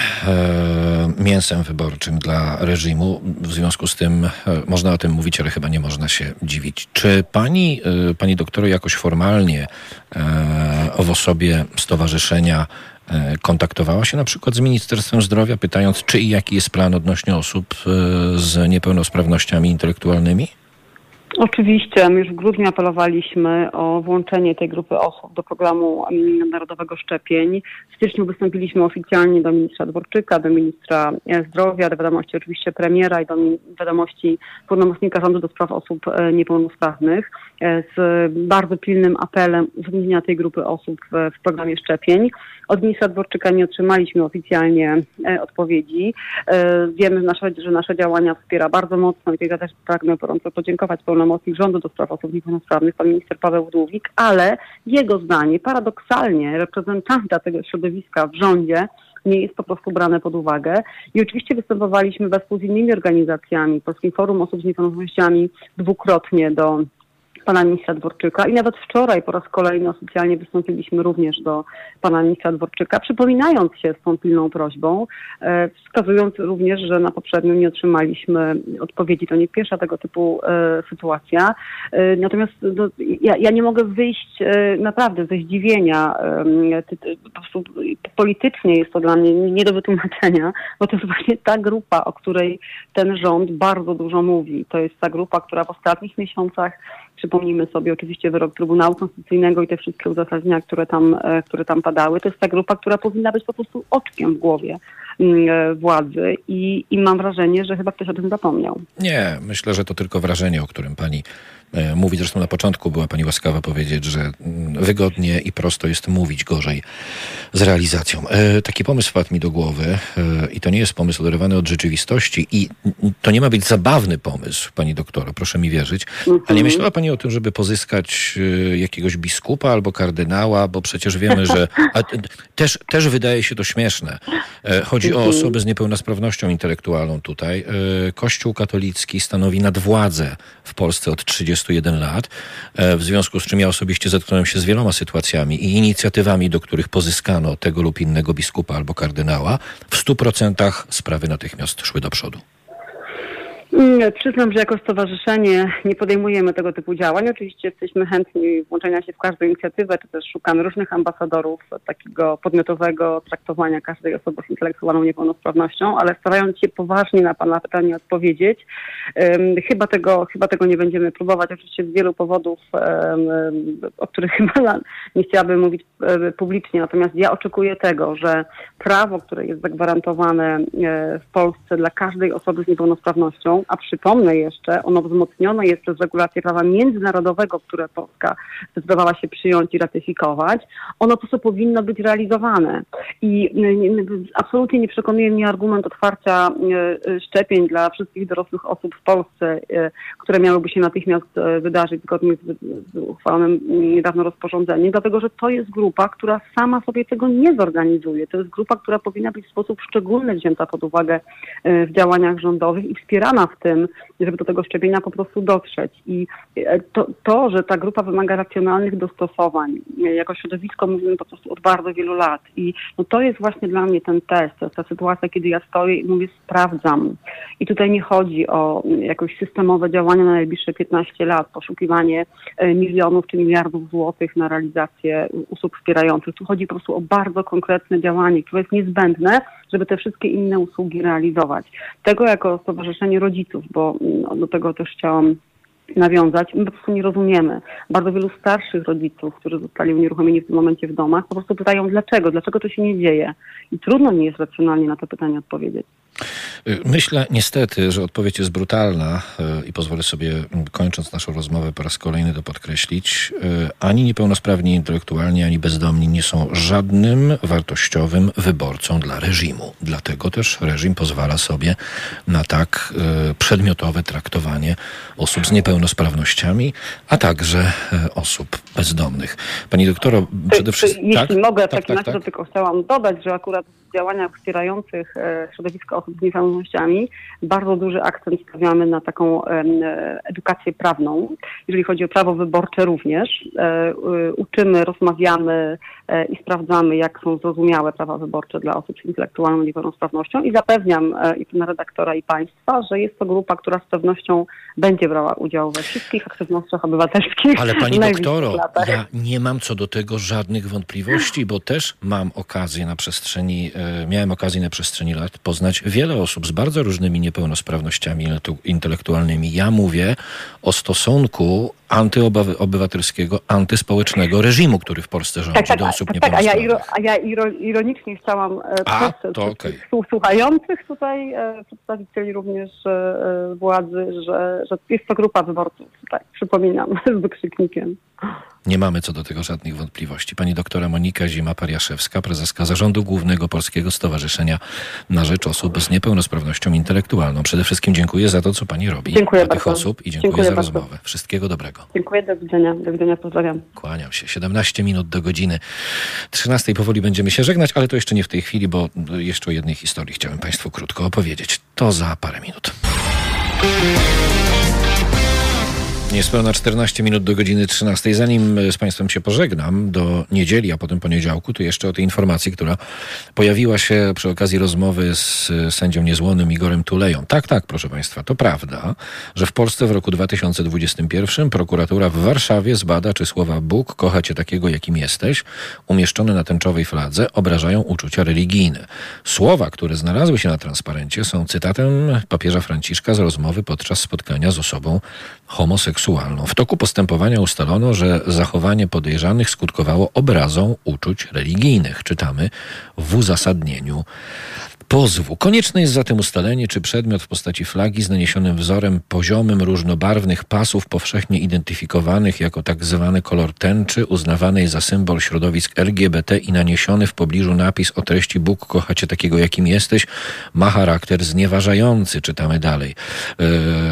mięsem wyborczym dla reżimu. W związku z tym e, można o tym mówić, ale chyba nie można się dziwić. Czy pani, e, pani doktor, jakoś formalnie e, w osobie stowarzyszenia e, kontaktowała się na przykład z Ministerstwem Zdrowia, pytając, czy i jaki jest plan odnośnie osób e, z niepełnosprawnościami intelektualnymi? Oczywiście, my już w grudniu apelowaliśmy o włączenie tej grupy osób do programu narodowego szczepień. W styczniu wystąpiliśmy oficjalnie do ministra Dworczyka, do ministra zdrowia, do wiadomości oczywiście premiera i do wiadomości pełnomocnika rządu do spraw osób niepełnosprawnych z bardzo pilnym apelem uwzględnienia tej grupy osób w, w programie szczepień. Od ministra Dworczyka nie otrzymaliśmy oficjalnie odpowiedzi. Wiemy, że nasze, że nasze działania wspiera bardzo mocno i tutaj też pragnę gorąco podziękować pełnomocnik rządu do spraw osób niepełnosprawnych, pan minister Paweł Wdówik, ale jego zdanie, paradoksalnie reprezentanta tego środowiska w rządzie, nie jest po prostu brane pod uwagę. I oczywiście występowaliśmy wespół z innymi organizacjami, Polskim Forum Osób z Niepełnosprawnościami dwukrotnie do pana ministra Dworczyka i nawet wczoraj po raz kolejny oficjalnie wystąpiliśmy również do pana ministra Dworczyka, przypominając się z tą pilną prośbą, e, wskazując również, że na poprzednią nie otrzymaliśmy odpowiedzi. To nie pierwsza tego typu e, sytuacja. E, natomiast no, ja, ja nie mogę wyjść e, naprawdę ze zdziwienia. E, ty, ty, po prostu politycznie jest to dla mnie nie do wytłumaczenia, bo to jest właśnie ta grupa, o której ten rząd bardzo dużo mówi. To jest ta grupa, która w ostatnich miesiącach, przypomnijmy sobie oczywiście wyrok Trybunału Konstytucyjnego i te wszystkie uzasadnienia, które tam, które tam padały. To jest ta grupa, która powinna być po prostu oczkiem w głowie władzy i, i mam wrażenie, że chyba ktoś o tym zapomniał. Nie, myślę, że to tylko wrażenie, o którym pani e, mówi. Zresztą na początku była pani łaskawa powiedzieć, że mm, wygodnie i prosto jest mówić, gorzej z realizacją. E, taki pomysł wpadł mi do głowy e, i to nie jest pomysł oderwany od rzeczywistości i n- to nie ma być zabawny pomysł, pani doktor, proszę mi wierzyć. Mm-hmm. A nie myślała pani o tym, żeby pozyskać e, jakiegoś biskupa albo kardynała, bo przecież wiemy, że a, t- też, też wydaje się to śmieszne. E, chodzi Chodzi o osoby z niepełnosprawnością intelektualną tutaj. Kościół katolicki stanowi nadwładzę w Polsce od trzydziestu jeden lat, w związku z czym ja osobiście zetknąłem się z wieloma sytuacjami i inicjatywami, do których pozyskano tego lub innego biskupa albo kardynała. W stu procentach sprawy natychmiast szły do przodu. Przyznam, że jako stowarzyszenie nie podejmujemy tego typu działań. Oczywiście jesteśmy chętni włączenia się w każdą inicjatywę, czy też szukamy różnych ambasadorów takiego podmiotowego traktowania każdej osoby z intelektualną niepełnosprawnością, ale starając się poważnie na pana pytanie odpowiedzieć, um, chyba, tego, chyba tego nie będziemy próbować. Oczywiście z wielu powodów, um, o których chyba nie chciałabym mówić um, publicznie, natomiast ja oczekuję tego, że prawo, które jest zagwarantowane um, w Polsce dla każdej osoby z niepełnosprawnością, a przypomnę jeszcze, ono wzmocnione jest przez regulacje prawa międzynarodowego, które Polska zdecydowała się przyjąć i ratyfikować, ono po prostu powinno być realizowane. I absolutnie nie przekonuje mnie argument otwarcia szczepień dla wszystkich dorosłych osób w Polsce, które miałyby się natychmiast wydarzyć zgodnie z uchwalonym niedawno rozporządzeniem, dlatego że to jest grupa, która sama sobie tego nie zorganizuje. To jest grupa, która powinna być w sposób szczególny wzięta pod uwagę w działaniach rządowych i wspierana w tym, żeby do tego szczepienia po prostu dotrzeć. I to, to, że ta grupa wymaga racjonalnych dostosowań, jako środowisko mówimy po prostu od bardzo wielu lat. I no to jest właśnie dla mnie ten test, to jest ta sytuacja, kiedy ja stoję i mówię, sprawdzam. I tutaj nie chodzi o jakieś systemowe działania na najbliższe piętnaście lat, poszukiwanie milionów czy miliardów złotych na realizację usług wspierających. Tu chodzi po prostu o bardzo konkretne działanie, które jest niezbędne, żeby te wszystkie inne usługi realizować. Tego jako Stowarzyszenie Rodziców, bo no, do tego też chciałam nawiązać, my po prostu nie rozumiemy. Bardzo wielu starszych rodziców, którzy zostali unieruchomieni w tym momencie w domach, po prostu pytają dlaczego, dlaczego to się nie dzieje. I trudno mi jest racjonalnie na to pytanie odpowiedzieć. Myślę niestety, że odpowiedź jest brutalna i pozwolę sobie, kończąc naszą rozmowę, po raz kolejny to podkreślić. Ani niepełnosprawni intelektualnie, ani bezdomni nie są żadnym wartościowym wyborcą dla reżimu. Dlatego też reżim pozwala sobie na tak przedmiotowe traktowanie osób z niepełnosprawnościami, a także osób bezdomnych. Pani doktoro, przede wszystkim... Jeśli tak? mogę, w tak, takim tak, razie tak. to tylko chciałam dodać, że akurat w działaniach wspierających e, środowisko osób z niepełnosprawnościami bardzo duży akcent stawiamy na taką e, edukację prawną. Jeżeli chodzi o prawo wyborcze również, e, e, uczymy, rozmawiamy e, i sprawdzamy, jak są zrozumiałe prawa wyborcze dla osób z intelektualną niepełnosprawnością i zapewniam e, i pana redaktora, i państwa, że jest to grupa, która z pewnością będzie brała udział we wszystkich aktywnościach obywatelskich. Ale pani w najbliższych doktoro, latach. ja nie mam co do tego żadnych wątpliwości, bo też mam okazję na przestrzeni, e, miałem okazję na przestrzeni lat poznać wiele osób z bardzo różnymi niepełnosprawnościami intelektualnymi. Ja mówię o stosunku antyobywatelskiego, antyspołecznego reżimu, który w Polsce rządzi Tak, tak, do osób tak, tak, a ja, niepełnosprawnych. iro, a ja iro, ironicznie chciałam e, A, przestrzec to okej. tych słuchających tutaj, e, przedstawicieli również e, władzy, że, że jest to grupa wyborców, tak, przypominam, z wykrzyknikiem. Nie mamy co do tego żadnych wątpliwości. Pani doktora Monika Zima-Pariaszewska, prezeska Zarządu Głównego Polskiego Stowarzyszenia na Rzecz Osób z Niepełnosprawnością Intelektualną. Przede wszystkim dziękuję za to, co pani robi Dziękuję dla tych bardzo. osób i dziękuję, Dziękuję za bardzo. rozmowę. Wszystkiego dobrego. Dziękuję, do widzenia, do widzenia, pozdrawiam. Kłaniam się. siedemnaście minut do godziny trzynastej. Powoli będziemy się żegnać, ale to jeszcze nie w tej chwili, bo jeszcze o jednej historii chciałem państwu krótko opowiedzieć. To za parę minut. Niespełna czternaście minut do godziny trzynastej. Zanim z państwem się pożegnam do niedzieli, a potem poniedziałku, to jeszcze o tej informacji, która pojawiła się przy okazji rozmowy z sędzią niezłomnym Igorem Tuleją. Tak, tak, proszę państwa, to prawda, że w Polsce w roku dwa tysiące dwudziestym pierwszym prokuratura w Warszawie zbada, czy słowa Bóg kocha cię takiego, jakim jesteś, umieszczone na tęczowej fladze, obrażają uczucia religijne. Słowa, które znalazły się na transparencie, są cytatem papieża Franciszka z rozmowy podczas spotkania z osobą homoseksualną. W toku postępowania ustalono, że zachowanie podejrzanych skutkowało obrazą uczuć religijnych. Czytamy w uzasadnieniu pozwu. Konieczne jest zatem ustalenie, czy przedmiot w postaci flagi z naniesionym wzorem poziomym różnobarwnych pasów powszechnie identyfikowanych jako tak zwany kolor tęczy, uznawanej za symbol środowisk L G B T i naniesiony w pobliżu napis o treści Bóg kocha cię takiego, jakim jesteś, ma charakter znieważający. Czytamy dalej. Eee,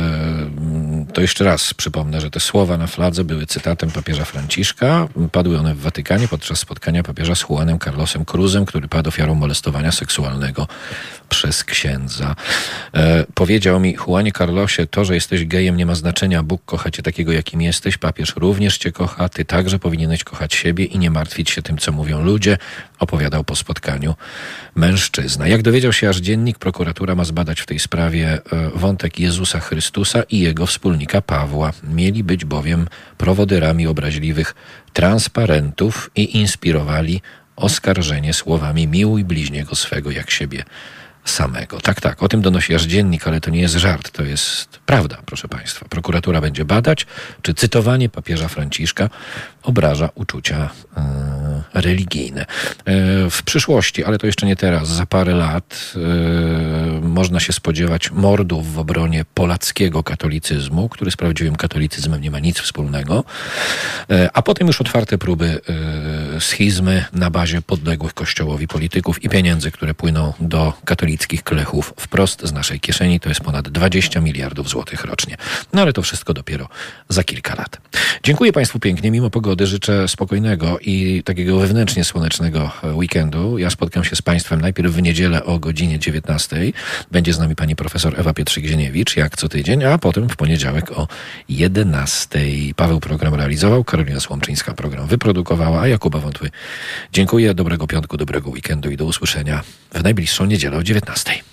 to jeszcze raz przypomnę, że te słowa na fladze były cytatem papieża Franciszka. Padły one w Watykanie podczas spotkania papieża z Juanem Carlosem Cruzem, który padł ofiarą molestowania seksualnego przez księdza. E, powiedział mi: Juanie Carlosie, to, że jesteś gejem, nie ma znaczenia. Bóg kocha cię takiego, jakim jesteś. Papież również cię kocha. Ty także powinieneś kochać siebie i nie martwić się tym, co mówią ludzie. Opowiadał po spotkaniu mężczyzna. Jak dowiedział się aż dziennik, prokuratura ma zbadać w tej sprawie e, wątek Jezusa Chrystusa i jego wspólnika Pawła. Mieli być bowiem prowodyrami obraźliwych transparentów i inspirowali oskarżenie słowami miłuj bliźniego swego jak siebie samego. Tak, tak, o tym donosi aż dziennik, ale to nie jest żart, to jest prawda, proszę państwa. Prokuratura będzie badać, czy cytowanie papieża Franciszka obraża uczucia yy, religijne. Yy, w przyszłości, ale to jeszcze nie teraz, za parę lat yy, można się spodziewać mordów w obronie polackiego katolicyzmu, który z prawdziwym katolicyzmem nie ma nic wspólnego, yy, a potem już otwarte próby yy, schizmy na bazie podległych Kościołowi polityków i pieniędzy, które płyną do katolicyzmu klechów wprost z naszej kieszeni. To jest ponad dwadzieścia miliardów złotych rocznie. No ale to wszystko dopiero za kilka lat. Dziękuję państwu pięknie. Mimo pogody życzę spokojnego i takiego wewnętrznie słonecznego weekendu. Ja spotkam się z państwem najpierw w niedzielę o godzinie dziewiętnastej. Będzie z nami pani profesor Ewa Pietrzyk-Zieniewicz, jak co tydzień, a potem w poniedziałek o jedenastej. Paweł program realizował, Karolina Słomczyńska program wyprodukowała, a Jakuba Wątły dziękuję. Dobrego piątku, dobrego weekendu i do usłyszenia w najbliższą niedzielę o dziewiętnastej.